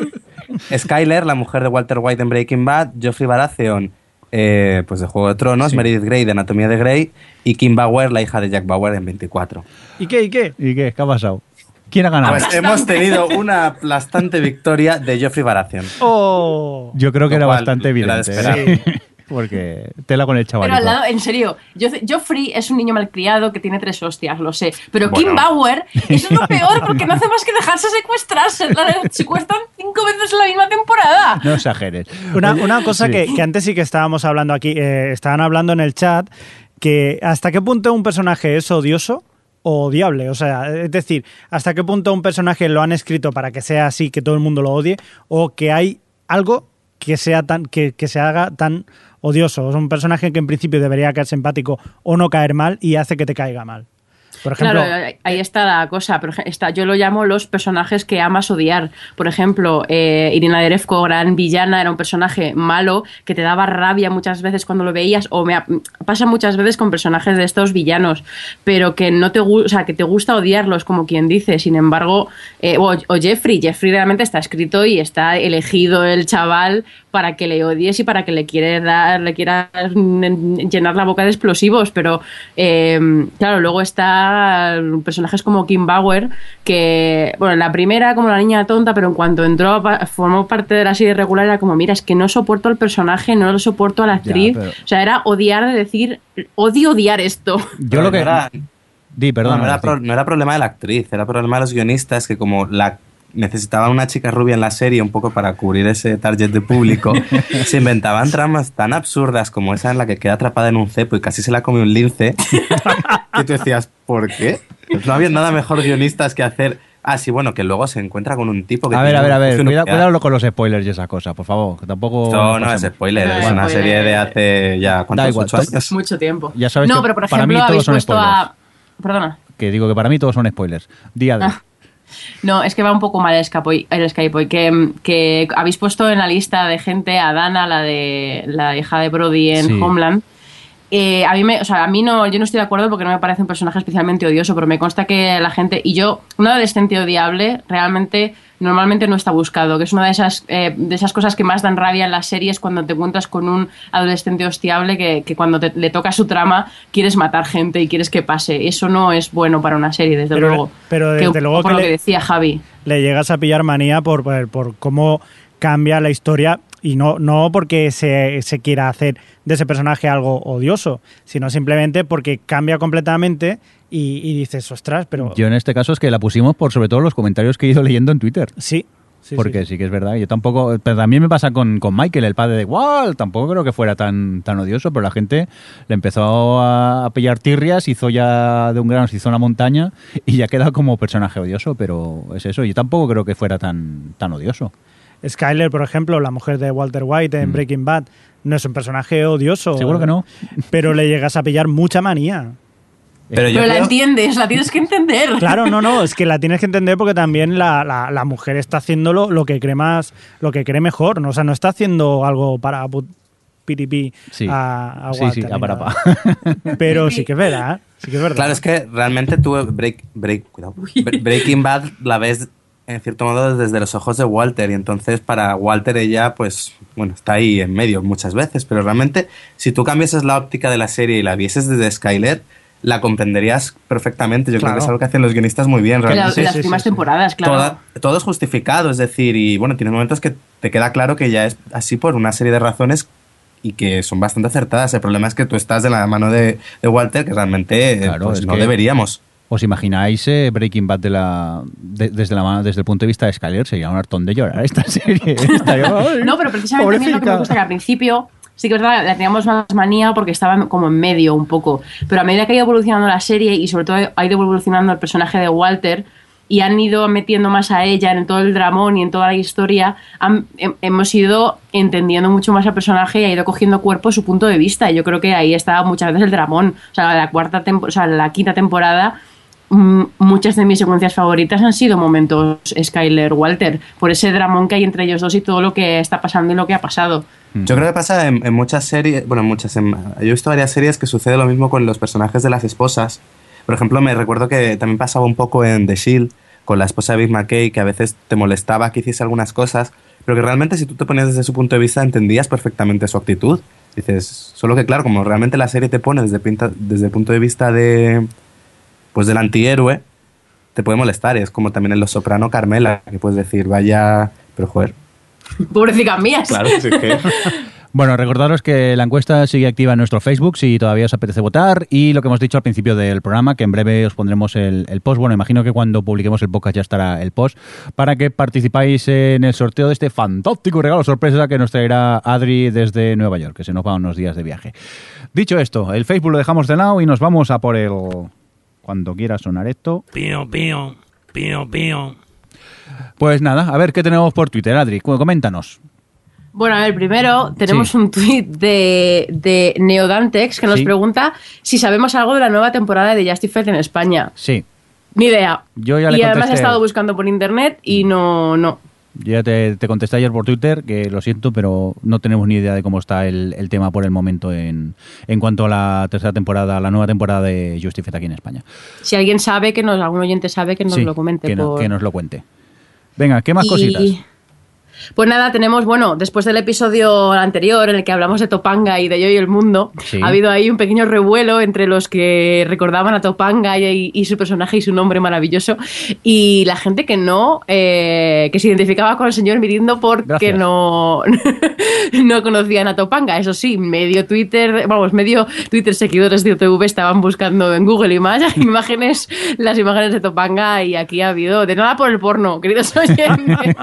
Skyler, la mujer de Walter White en Breaking Bad, Joffrey Baratheon, pues de Juego de Tronos, Sí. Meredith Grey de Anatomía de Grey y Kim Bauer, la hija de Jack Bauer en 24. ¿Y qué? ¿Y qué? ¿Qué ha pasado? ¿Quién ha ganado? Pues hemos tenido una aplastante victoria de Joffrey Baratheon. ¡Oh! Yo creo que Lo era cual bastante era de evidente. esperar. ¿eh? Porque tela con el chavalito. Pero al lado, en serio, Joffrey es un niño malcriado que tiene 3 hostias, lo sé. Pero Bueno. Kim Bauer, eso es lo peor, porque no hace más que dejarse secuestrarse. La secuestran 5 veces en la misma temporada. No exageres. Una cosa Sí. que antes sí que estábamos hablando aquí, estaban hablando en el chat, que hasta qué punto un personaje es odioso o odiable. O sea, es decir, hasta qué punto un personaje lo han escrito para que sea así, que todo el mundo lo odie, o que hay algo que sea tan que se haga tan odioso. Es un personaje que en principio debería caer simpático o no caer mal y hace que te caiga mal. Por ejemplo, Claro, ahí está la cosa. Yo lo llamo los personajes que amas odiar. Por ejemplo, Irina Derevko, gran villana, era un personaje malo que te daba rabia muchas veces cuando lo veías, o pasa muchas veces con personajes de estos villanos, pero que no te o sea, que te gusta odiarlos, como quien dice. Sin embargo, o Jeffrey realmente está escrito y está elegido el chaval para que le odies y para que le quieras llenar la boca de explosivos, pero claro, luego está personajes como Kim Bauer, que, bueno, en la primera como la niña tonta, pero en cuanto entró, formó parte de la serie regular, era como, mira, es que no soporto al personaje, no lo soporto a la actriz, pero- o sea, era odiar de decir, odio odiar esto. Yo lo que... Era- Di, perdón. no era problema de la actriz, era problema de los guionistas que como necesitaban una chica rubia en la serie un poco para cubrir ese target de público, se inventaban tramas tan absurdas como esa en la que queda atrapada en un cepo y casi se la come un lince, que tú decías, ¿por qué? No había nada mejor guionistas que hacer... Ah, sí, bueno, que luego se encuentra con un tipo que... A ver, tiene un refugio nuclear. cuidado con los spoilers y esas cosas, por favor, que tampoco... Esto no es pasemos. spoiler, No es es una spoiler. serie de hace ya... Da ¿Cuántos? igual, 8 años? Mucho tiempo. Ya sabes no, que pero por para mí ejemplo, todos habéis son puesto spoilers. Perdona. Que digo que para mí todos son spoilers. Día de... No, es que va un poco mal el Skype hoy. Que habéis puesto en la lista de gente a Dana, la hija de Brody en Sí. Homeland. A mí no, yo no estoy de acuerdo porque no me parece un personaje especialmente odioso, pero me consta que la gente, y yo, un adolescente odiable realmente normalmente no está buscado, que es una de esas cosas que más dan rabia en las series, cuando te encuentras con un adolescente hostiable que cuando le toca su trama quieres matar gente y quieres que pase. Eso no es bueno para una serie, desde luego. pero desde Que un luego poco que por lo le- que decía Javi. le llegas a pillar manía por cómo cambia la historia y no porque se quiera hacer de ese personaje algo odioso, sino simplemente porque cambia completamente y dices, ostras, pero Yo en este caso es que la pusimos por sobre todo los comentarios que he ido leyendo en Twitter. sí. Porque sí que es verdad. Yo tampoco... Pero también me pasa con Michael, el padre de Walt. Tampoco creo que fuera tan odioso, pero la gente le empezó a pillar tirrias, hizo ya de un grano, se hizo una montaña y ya queda como personaje odioso, pero es eso. Yo tampoco creo que fuera tan odioso. Skyler, por ejemplo, la mujer de Walter White en Breaking Bad, no es un personaje odioso. Seguro que no. Pero le llegas a pillar mucha manía. Pero yo Pero la creo- entiendes, la tienes que entender. Claro, no, es que la tienes que entender porque también la mujer está haciendo lo que cree más, lo que cree mejor, ¿no? O sea, no está haciendo algo para piripi Sí. a Sí, Walter sí, ni a para nada. Pero sí que es verdad, sí que es verdad. Claro, es que realmente tú Breaking Bad la ves en cierto modo desde los ojos de Walter y entonces para Walter ella pues bueno está ahí en medio muchas veces, pero realmente si tú cambiases la óptica de la serie y la vieses desde Skyler la comprenderías perfectamente. Yo creo Claro. que es algo que hacen los guionistas muy bien En realmente. las primeras temporadas, claro. Todo es justificado, es decir, y bueno, tienes momentos que te queda claro que ya es así por una serie de razones y que son bastante acertadas. El problema es que tú estás de la mano de Walter, que realmente Claro, pues, es no que- deberíamos. ¿Os imagináis Breaking Bad desde el punto de vista de Skyler? Sería un hartón de llorar esta serie. No, pero precisamente a mí es lo que me gusta, que al principio sí que es verdad, la teníamos más manía porque estaba como en medio un poco, pero a medida que ha ido evolucionando la serie y sobre todo ha ido evolucionando el personaje de Walter y han ido metiendo más a ella en todo el dramón y en toda la historia, hemos ido entendiendo mucho más al personaje y ha ido cogiendo cuerpo su punto de vista, y yo creo que ahí está muchas veces el dramón. O sea, la quinta temporada, muchas de mis secuencias favoritas han sido momentos Skyler-Walter, por ese dramón que hay entre ellos dos y todo lo que está pasando y lo que ha pasado. Yo creo que pasa en muchas series, bueno, yo he visto varias series que sucede lo mismo con los personajes de las esposas. Por ejemplo, me recuerdo que también pasaba un poco en The Shield con la esposa de Big McKay, que a veces te molestaba que hiciese algunas cosas, pero que realmente si tú te ponías desde su punto de vista entendías perfectamente su actitud. Dices, solo que claro, como realmente la serie te pone desde el punto de vista de pues del antihéroe, te puede molestar. Es como también en Los Soprano Carmela, que puedes decir, vaya, pero joder. Pobrecicas mías. Claro, sí que... Bueno, recordaros que la encuesta sigue activa en nuestro Facebook si todavía os apetece votar, y lo que hemos dicho al principio del programa, que en breve os pondremos el post. Bueno, imagino que cuando publiquemos el podcast ya estará el post, para que participáis en el sorteo de este fantástico regalo sorpresa que nos traerá Adri desde Nueva York, que se nos va unos días de viaje. Dicho esto, el Facebook lo dejamos de lado y nos vamos a por el... Cuando quiera sonar esto. Pío, pío, pío, pío. Pues nada, a ver qué tenemos por Twitter, Adri, coméntanos. Bueno, a ver, primero tenemos un tuit de Neodantex que nos pregunta si sabemos algo de la nueva temporada de Justified en España. Sí. Ni idea. Yo ya le y además contesté. he estado buscando por internet y no. Yo ya te contesté ayer por Twitter, que lo siento, pero no tenemos ni idea de cómo está el tema por el momento en cuanto a la tercera temporada, la nueva temporada de Justified aquí en España. Si alguien sabe, algún oyente sabe, que nos lo comente. Que nos lo cuente. Venga, ¿qué más cositas? Pues nada, tenemos, bueno, después del episodio anterior en el que hablamos de Topanga y de Yo y el Mundo, sí. Ha habido ahí un pequeño revuelo entre los que recordaban a Topanga y su personaje y su nombre maravilloso, y la gente que no, que se identificaba con el señor Mirindo porque no conocían a Topanga. Eso sí, medio Twitter seguidores de UTV estaban buscando en Google imágenes, las imágenes de Topanga, y aquí ha habido de nada por el porno, queridos oyentes.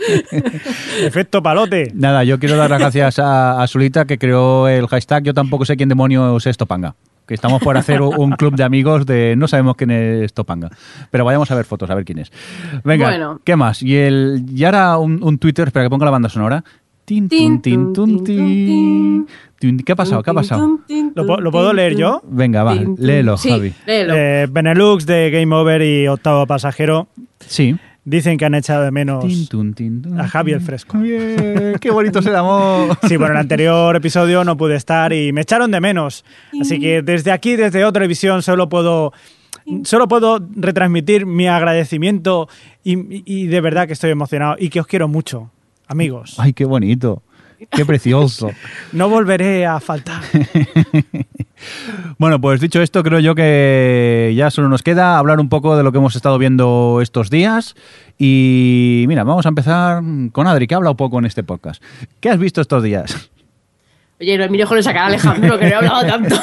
Efecto palote. Nada, yo quiero dar las gracias a Zulita, que creó el hashtag. Yo tampoco sé quién demonios es Topanga. Que estamos por hacer un club de amigos de no sabemos quién es Topanga. Pero vayamos a ver fotos, a ver quién es. Venga, bueno. ¿Qué más? Y ahora un Twitter, espera que ponga la banda sonora. Tin, tin, tin, tin, tin. ¿Qué ha pasado? ¿Lo puedo leer yo? Venga, va, léelo, sí, Javi. Léelo. Benelux de Game Over y Octavo Pasajero. Sí. Dicen que han echado de menos a Javi el Fresco. Bien, ¡qué bonito es el amor! Sí, bueno, en el anterior episodio no pude estar y me echaron de menos. Así que desde aquí, desde otra visión, solo puedo retransmitir mi agradecimiento y de verdad que estoy emocionado y que os quiero mucho, amigos. ¡Ay, qué bonito! ¡Qué precioso! No volveré a faltar. Bueno, pues dicho esto, creo yo que ya solo nos queda hablar un poco de lo que hemos estado viendo estos días. Y mira, vamos a empezar con Adri, que habla un poco en este podcast. ¿Qué has visto estos días? Oye, no miro con esa cara, Alejandro, que no he hablado tanto.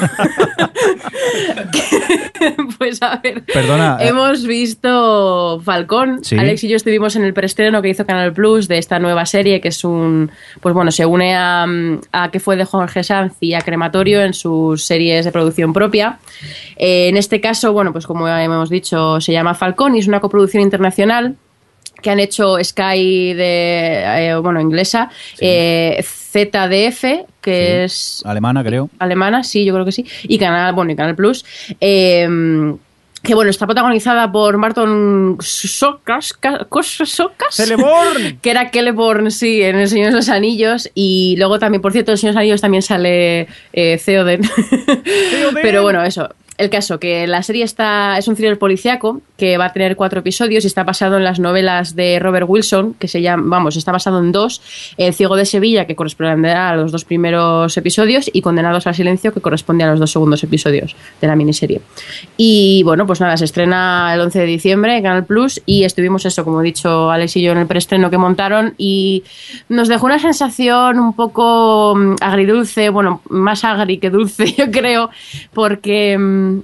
Pues a ver, perdona, hemos visto Falcón. ¿Sí? Alex y yo estuvimos en el preestreno que hizo Canal Plus de esta nueva serie, que es se une a Que fue de Jorge Sanz y a Crematorio en sus series de producción propia. En este caso, bueno, pues como hemos dicho, se llama Falcón y es una coproducción internacional que han hecho Sky inglesa, sí. ZDF, que sí. es... Alemana, creo. Alemana, sí, yo creo que sí. Y Canal Plus. Que está protagonizada por Marton Socas, Celeborn, que era Celeborn, sí, en El Señor de los Anillos, y luego también, por cierto, en El Señor de los Anillos también sale Theoden. Pero bueno, eso. El caso, que la serie es un thriller policíaco que va a tener 4 episodios y está basado en las novelas de Robert Wilson, que está basado en 2, El ciego de Sevilla, que corresponderá a los 2 primeros episodios, y Condenados al silencio, que corresponde a los 2 segundos episodios de la miniserie. Y bueno, pues nada, se estrena el 11 de diciembre en Canal Plus y estuvimos como he dicho Alex y yo, en el preestreno que montaron, y nos dejó una sensación un poco agridulce, bueno, más agri que dulce, yo creo, porque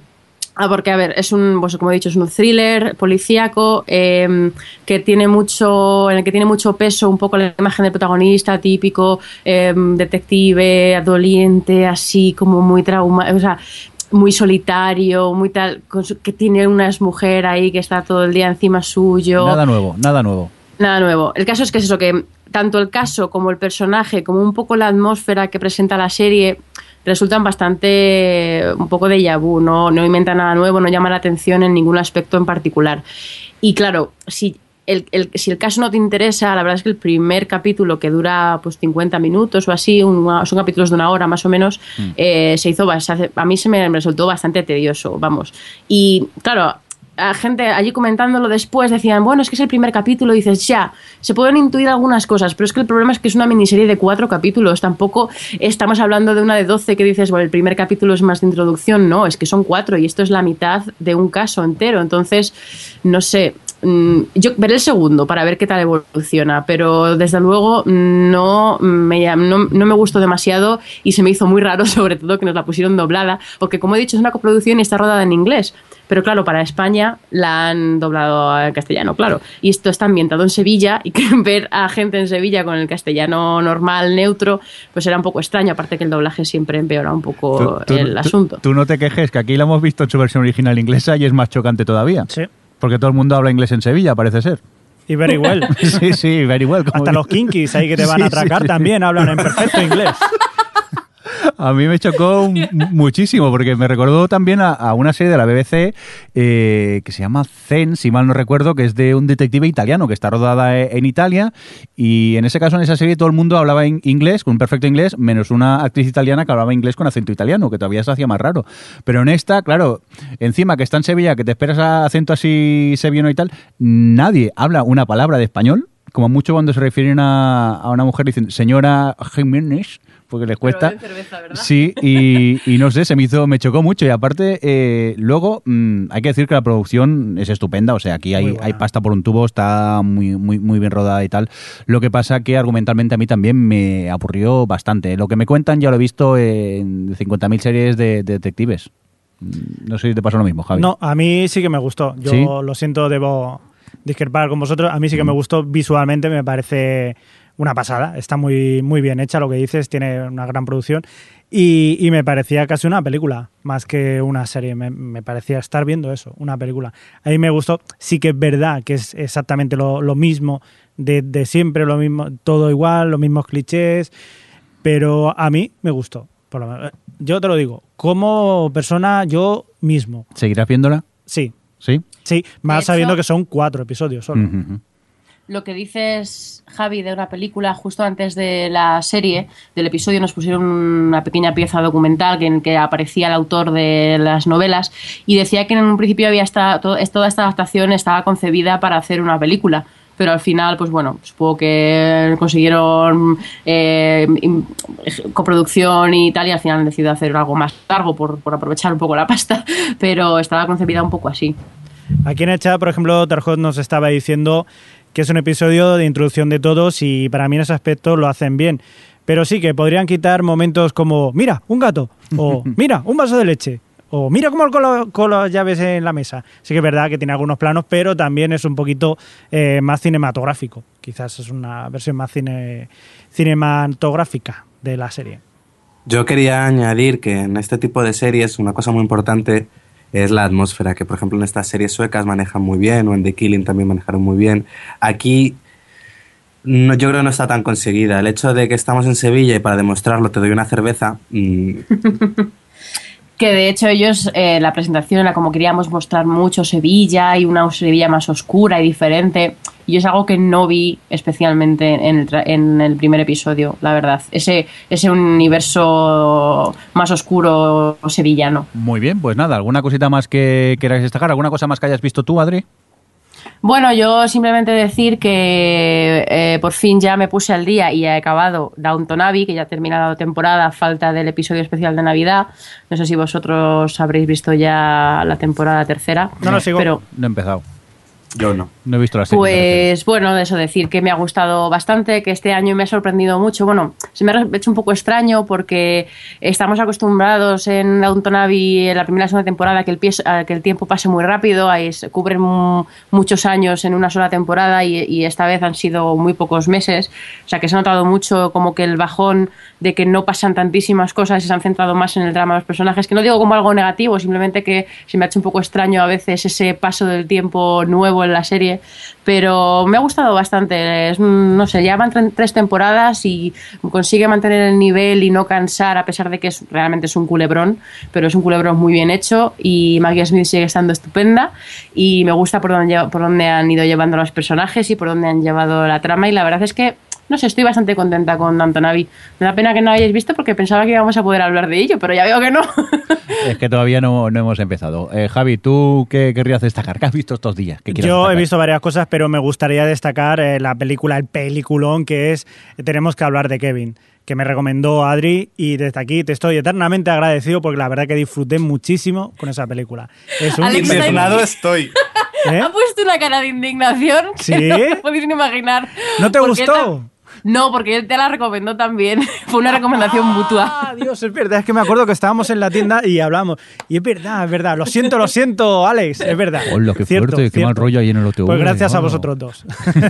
a ver, como he dicho, es un thriller policíaco en el que tiene mucho peso un poco la imagen del protagonista típico, detective, doliente, así como muy muy solitario, muy tal, que tiene una exmujer ahí que está todo el día encima suyo. Nada nuevo. El caso es que es eso, que tanto el caso como el personaje, como un poco la atmósfera que presenta la serie, resultan bastante un poco déjà vu, no inventan nada nuevo, no llama la atención en ningún aspecto en particular. Y claro, si el caso no te interesa, la verdad es que el primer capítulo, que dura pues 50 minutos o así, son capítulos de 1 hora más o menos, a mí me resultó bastante tedioso, vamos. Y claro, a gente allí comentándolo después decían, bueno, es que es el primer capítulo, y dices, ya, se pueden intuir algunas cosas, pero es que el problema es que es una miniserie de 4 capítulos, tampoco estamos hablando de una de 12 que dices, bueno, el primer capítulo es más de introducción, no, es que son 4 y esto es la mitad de un caso entero, entonces, no sé, yo veré el segundo para ver qué tal evoluciona, pero desde luego no me gustó demasiado y se me hizo muy raro, sobre todo que nos la pusieron doblada, porque como he dicho es una coproducción y está rodada en inglés, pero claro, para España la han doblado al castellano, claro, y esto está ambientado en Sevilla y que ver a gente en Sevilla con el castellano normal, neutro, pues era un poco extraño, aparte que el doblaje siempre empeora un poco el asunto. Tú no te quejes, que aquí la hemos visto en su versión original inglesa y es más chocante todavía. Sí. Porque todo el mundo habla inglés en Sevilla, parece ser. Y very well. Sí, very well. Hasta los kinkis ahí que te van a atracar también hablan en perfecto inglés. A mí me chocó muchísimo porque me recordó también a una serie de la BBC que se llama Zen, si mal no recuerdo, que es de un detective italiano que está rodada en Italia, y en ese caso, en esa serie, todo el mundo hablaba inglés, con un perfecto inglés, menos una actriz italiana que hablaba inglés con acento italiano, que todavía se hacía más raro. Pero en esta, claro, encima que está en Sevilla, que te esperas a acento así sevillano y tal, nadie habla una palabra de español, como mucho cuando se refieren a una mujer dicen señora Jiménez, porque les cuesta. Cerveza, ¿verdad? Sí, y no sé, me chocó mucho. Y aparte, luego, hay que decir que la producción es estupenda. O sea, aquí hay pasta por un tubo, está muy, muy, muy bien rodada y tal. Lo que pasa que argumentalmente a mí también me aburrió bastante. Lo que me cuentan ya lo he visto en 50.000 series de detectives. No sé si te pasa lo mismo, Javi. No, a mí sí que me gustó. Yo ¿Sí? lo siento, debo discrepar con vosotros. A mí sí que me gustó visualmente, me parece una pasada. Está muy, muy bien hecha, lo que dices, tiene una gran producción y me parecía casi una película, más que una serie. Me parecía estar viendo eso, una película. A mí me gustó. Sí que es verdad que es exactamente lo mismo de siempre, lo mismo, todo igual, los mismos clichés, pero a mí me gustó. Por lo menos. Yo te lo digo, como persona, yo mismo. ¿Seguirás viéndola? Sí. ¿Sí? Sí, más hecho, sabiendo que son 4 episodios solo. Uh-huh. Lo que dices, Javi, de una película, justo antes de la serie, del episodio, nos pusieron una pequeña pieza documental en que aparecía el autor de las novelas y decía que en un principio toda esta adaptación estaba concebida para hacer una película. Pero al final, pues bueno, supongo que consiguieron coproducción y tal, y al final han decidido hacer algo más largo por aprovechar un poco la pasta, pero estaba concebida un poco así. Aquí en el chat, por ejemplo, Tarjot nos estaba diciendo que es un episodio de introducción de todos y para mí en ese aspecto lo hacen bien. Pero sí que podrían quitar momentos como, mira, un gato, o mira, un vaso de leche, o mira cómo con las llaves en la mesa. Sí que es verdad que tiene algunos planos, pero también es un poquito más cinematográfico. Quizás es una versión más cinematográfica de la serie. Yo quería añadir que en este tipo de series una cosa muy importante es la atmósfera, que por ejemplo en estas series suecas manejan muy bien, o en The Killing también manejaron muy bien. Aquí no, yo creo que no está tan conseguida. El hecho de que estamos en Sevilla y para demostrarlo te doy una cerveza... Que de hecho ellos, la presentación era como queríamos mostrar mucho Sevilla y una Sevilla más oscura y diferente. Y es algo que no vi especialmente en el primer episodio, la verdad. Ese universo más oscuro sevillano. Muy bien, pues nada, ¿alguna cosita más que queráis destacar? ¿Alguna cosa más que hayas visto tú, Adri? Bueno, yo simplemente decir que por fin ya me puse al día y he acabado Downton Abbey, que ya ha terminado la temporada a falta del episodio especial de Navidad. No sé si vosotros habréis visto ya la temporada tercera. No lo sigo. Pero No he empezado. Yo no. No he visto la serie. pues bueno, de eso decir que me ha gustado bastante, que este año me ha sorprendido mucho. Bueno, se me ha hecho un poco extraño porque estamos acostumbrados en Downton Abbey en la primera y segunda temporada que el tiempo pase muy rápido, ahí se cubren muchos años en una sola temporada y esta vez han sido muy pocos meses. O sea que se ha notado mucho como que el bajón de que no pasan tantísimas cosas y se han centrado más en el drama de los personajes, que no digo como algo negativo, simplemente que se me ha hecho un poco extraño a veces ese paso del tiempo nuevo en la serie, pero me ha gustado bastante. No sé, ya van 3 temporadas y consigue mantener el nivel y no cansar, a pesar de que realmente es un culebrón, pero es un culebrón muy bien hecho y Maggie Smith sigue estando estupenda y me gusta por dónde han ido llevando los personajes y por dónde han llevado la trama, y la verdad es que no sé, estoy bastante contenta con Downton Abbey. Me da pena que no hayáis visto porque pensaba que íbamos a poder hablar de ello, pero ya veo que no. Es que todavía no hemos empezado. Javi, ¿tú qué querrías destacar? ¿Qué has visto estos días? ¿Qué quieres Yo destacar? he visto varias cosas, pero me gustaría destacar la película, el peliculón que es Tenemos que hablar de Kevin, que me recomendó Adri, y desde aquí te estoy eternamente agradecido porque la verdad que disfruté muchísimo con esa película. Es un Alex, Indignado estoy. ¿Eh? Ha puesto una cara de indignación que ¿Sí? no me podéis ni imaginar. ¿No te Porque gustó? No, porque él te la recomendó también. Fue una recomendación mutua. Ah, Dios, es verdad, es que me acuerdo que estábamos en la tienda y hablamos. Y es verdad, lo siento, Alex, es verdad. Hola, qué Cierto, fuerte, qué mal cierto. rollo ahí en el OTV. Pues gracias a hola. vosotros dos.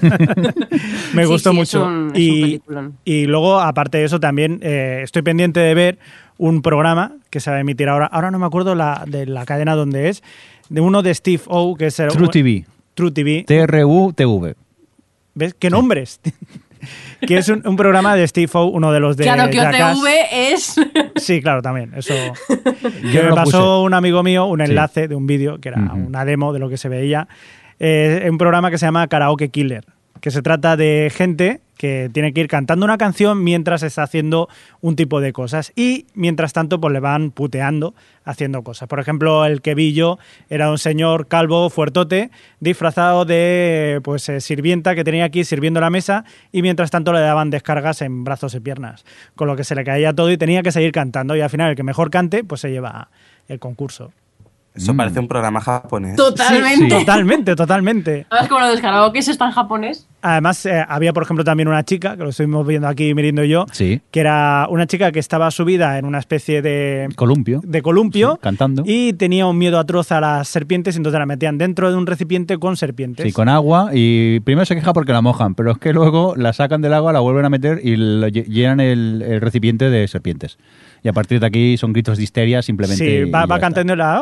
Me Sí, gustó sí, mucho. es un y peliculón. luego, aparte de eso, también estoy pendiente de ver un programa que se va a emitir ahora no me acuerdo de la cadena donde es, de uno de Steve O, que es True TV. True TV. TRU-TV. ¿Ves? ¿Qué nombres? Que es un programa de Steve O, uno de los de Claro que Jackass. OTV es... Sí, claro, también. Eso. Yo Que no me lo pasó puse. un amigo mío un Sí. enlace de un vídeo que era Ujú. una demo de lo que se veía. Un programa que se llama Karaoke Killer, que se trata de gente que tiene que ir cantando una canción mientras está haciendo un tipo de cosas y mientras tanto pues le van puteando haciendo cosas. Por ejemplo, el que vi yo era un señor calvo fuertote disfrazado de pues sirvienta que tenía aquí sirviendo la mesa y mientras tanto le daban descargas en brazos y piernas, con lo que se le caía todo y tenía que seguir cantando y al final el que mejor cante pues se lleva el concurso. Eso parece un programa japonés. Totalmente. Sí. Totalmente. ¿Sabes cómo lo descargado que es tan japonés? Además, había, por ejemplo, también una chica, que lo estuvimos viendo aquí, Mirindo y yo, Sí. que era una chica que estaba subida en una especie de Columpio. columpio Sí, cantando. y tenía un miedo atroz a las serpientes, entonces la metían dentro de un recipiente con serpientes. Sí, con agua y primero se queja porque la mojan, pero es que luego la sacan del agua, la vuelven a meter y llenan el recipiente de serpientes. Y a partir de aquí son gritos de histeria simplemente. Sí, y va ya está. cantando la...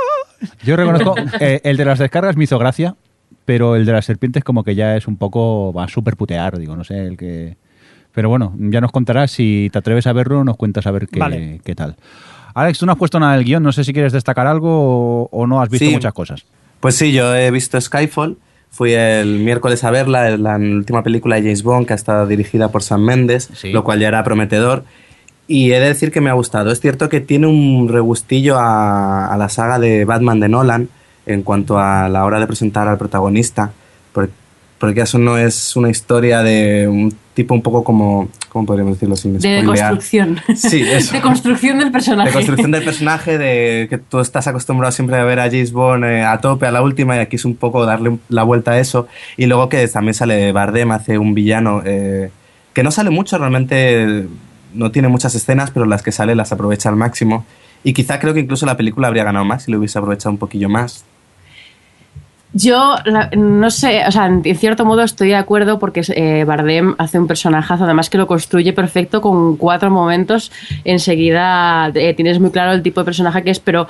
Yo reconozco, el de las descargas me hizo gracia, pero el de las serpientes como que ya es un poco, va a super putear, digo, no sé, el que... Pero bueno, ya nos contarás, si te atreves a verlo, nos cuentas a ver Vale. qué tal. Alex, tú no has puesto nada del guión, no sé si quieres destacar algo o no has visto Sí. muchas cosas. Pues sí, yo he visto Skyfall. Fui el miércoles a verla, la última película de James Bond que ha estado dirigida por Sam Mendes, Sí. lo cual ya era prometedor. Y he de decir que me ha gustado. Es cierto que tiene un regustillo a la saga de Batman de Nolan en cuanto a la hora de presentar al protagonista, porque eso no es una historia de un tipo un poco como... ¿Cómo podríamos decirlo sin De spoilear? construcción. Sí, eso. De construcción del personaje. De construcción del personaje, de que tú estás acostumbrado siempre a ver a James Bond a tope, a la última, y aquí es un poco darle la vuelta a eso. Y luego que también sale Bardem, hace un villano que no sale mucho, realmente no tiene muchas escenas, pero las que sale las aprovecha al máximo. Y quizá creo que incluso la película habría ganado más si lo hubiese aprovechado un poquillo más. Yo no sé, o sea, en cierto modo estoy de acuerdo porque Bardem hace un personajazo, además que lo construye perfecto con 4 momentos. Enseguida tienes muy claro el tipo de personaje que es, pero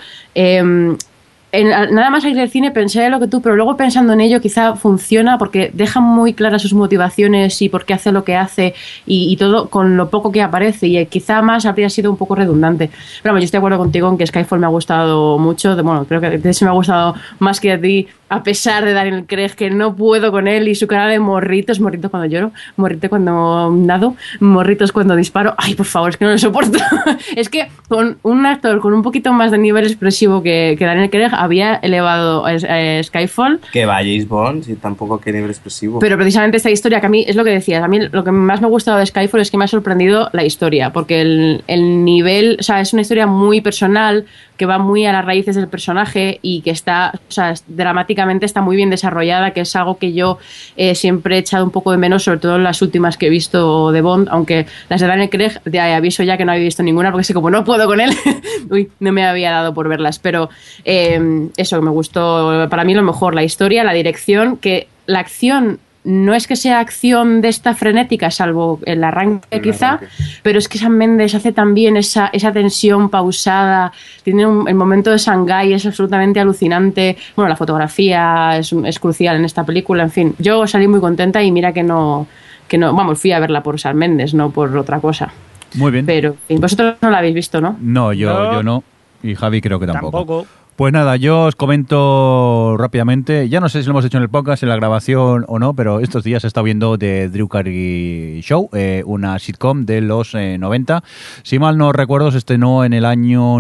nada más salir del cine pensé lo que tú, pero luego pensando en ello quizá funciona porque deja muy claras sus motivaciones y por qué hace lo que hace y todo con lo poco que aparece y quizá más habría sido un poco redundante. Pero vamos, yo estoy de acuerdo contigo en que Skyfall me ha gustado mucho, bueno, creo que de hecho me ha gustado más que a ti, a pesar de Daniel Craig, que no puedo con él y su cara de morritos cuando lloro, morrito cuando nado, morritos cuando disparo. Ay, por favor, es que no lo soporto. Es que con un actor con un poquito más de nivel expresivo que Daniel Craig había elevado Skyfall. Que va James Bond, si tampoco que nivel expresivo. Pero precisamente esta historia, que a mí es lo que decías, a mí lo que más me ha gustado de Skyfall es que me ha sorprendido la historia, porque el nivel, o sea, es una historia muy personal, que va muy a las raíces del personaje y que está, o sea, dramáticamente está muy bien desarrollada, que es algo que yo siempre he echado un poco de menos, sobre todo en las últimas que he visto de Bond, aunque las de Daniel Craig, te aviso ya que no había visto ninguna, porque sé como no puedo con él, uy, no me había dado por verlas, pero eso, me gustó, para mí lo mejor, la historia, la dirección, que la acción no es que sea acción de esta frenética, salvo el arranque quizá, pero es que Sam Mendes hace también esa tensión pausada, tiene el momento de Shanghái, es absolutamente alucinante, bueno, la fotografía es crucial en esta película, en fin, yo salí muy contenta y mira que no, vamos, fui a verla por Sam Mendes, no por otra cosa. Muy bien. Pero vosotros no la habéis visto, ¿no? No, No. yo no. Y Javi creo que tampoco. Pues nada, yo os comento rápidamente, ya no sé si lo hemos hecho en el podcast, en la grabación o no, pero estos días he estado viendo The Drew Carey Show, una sitcom de los 90. Si mal no recuerdo, se estrenó en el año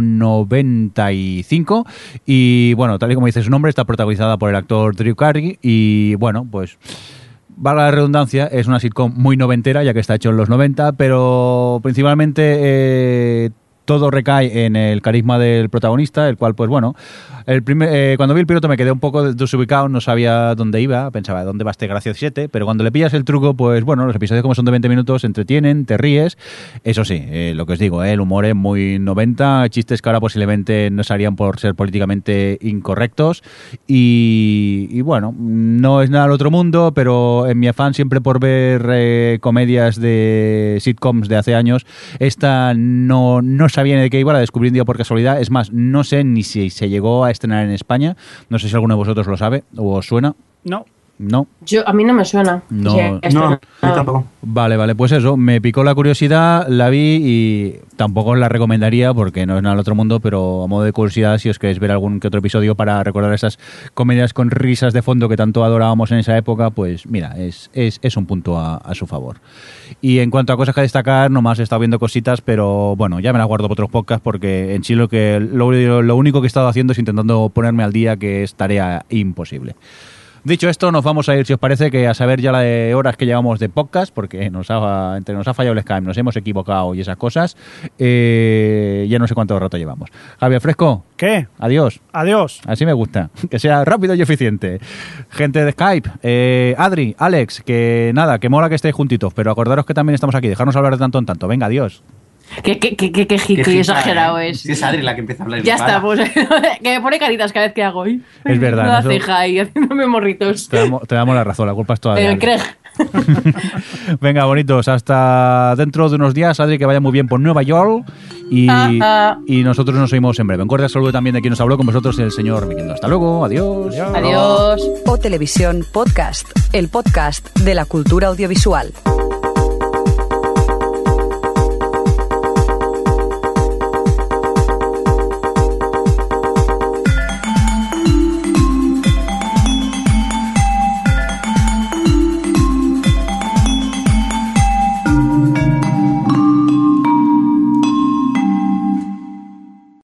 95 y bueno, tal y como dice su nombre, está protagonizada por el actor Drew Carey y bueno, pues valga la redundancia, es una sitcom muy noventera, ya que está hecho en los 90, pero principalmente todo recae en el carisma del protagonista, el cual, pues bueno, cuando vi el piloto me quedé un poco desubicado, no sabía dónde iba, pensaba, ¿dónde va este graciosete? Pero cuando le pillas el truco, pues bueno, los episodios como son de 20 minutos entretienen, te ríes. Eso sí, lo que os digo, el humor es muy 90, chistes que ahora posiblemente no se harían por ser políticamente incorrectos. Y bueno, no es nada del otro mundo, pero en mi afán siempre por ver comedias de sitcoms de hace años, esta no sabía de qué iba, la descubrí un día por casualidad. Es más, no sé ni si se llegó a estrenar en España. No sé si alguno de vosotros lo sabe o os suena. No. No. A mí no me suena. No. Sí, No, a mí tampoco. Vale, pues eso, me picó la curiosidad, la vi y tampoco os la recomendaría porque no es nada del otro mundo, pero a modo de curiosidad, si os queréis ver algún que otro episodio para recordar esas comedias con risas de fondo que tanto adorábamos en esa época, pues mira, es un punto a su favor. Y en cuanto a cosas que destacar, nomás he estado viendo cositas, pero bueno, ya me las guardo para otros podcasts porque en sí lo único que he estado haciendo es intentando ponerme al día, que es tarea imposible. Dicho esto, nos vamos a ir, si os parece, que a saber ya la de horas que llevamos de podcast, porque entre nos ha fallado el Skype, nos hemos equivocado y esas cosas, ya no sé cuánto rato llevamos. Javier Fresco. ¿Qué? Adiós. Adiós. Así me gusta, que sea rápido y eficiente. Gente de Skype, Adri, Alex, que nada, que mola que estéis juntitos, pero acordaros que también estamos aquí, dejarnos hablar de tanto en tanto. Venga, adiós. Qué exagerado es. Sí, es Adri la que empieza a hablar. Ya está, pues que me pone caritas cada vez que hago. Es verdad. Una eso... ceja y haciéndome morritos. Te damos la razón, la culpa es toda de Adri. Craig. Venga, bonitos, hasta dentro de unos días. Adri, que vaya muy bien por Nueva York y nosotros nos oímos en breve. En cordial saludo también de quien nos habló con vosotros, el señor Mirindo. Hasta luego, adiós. Adiós. O Televisión Podcast, el podcast de la cultura audiovisual.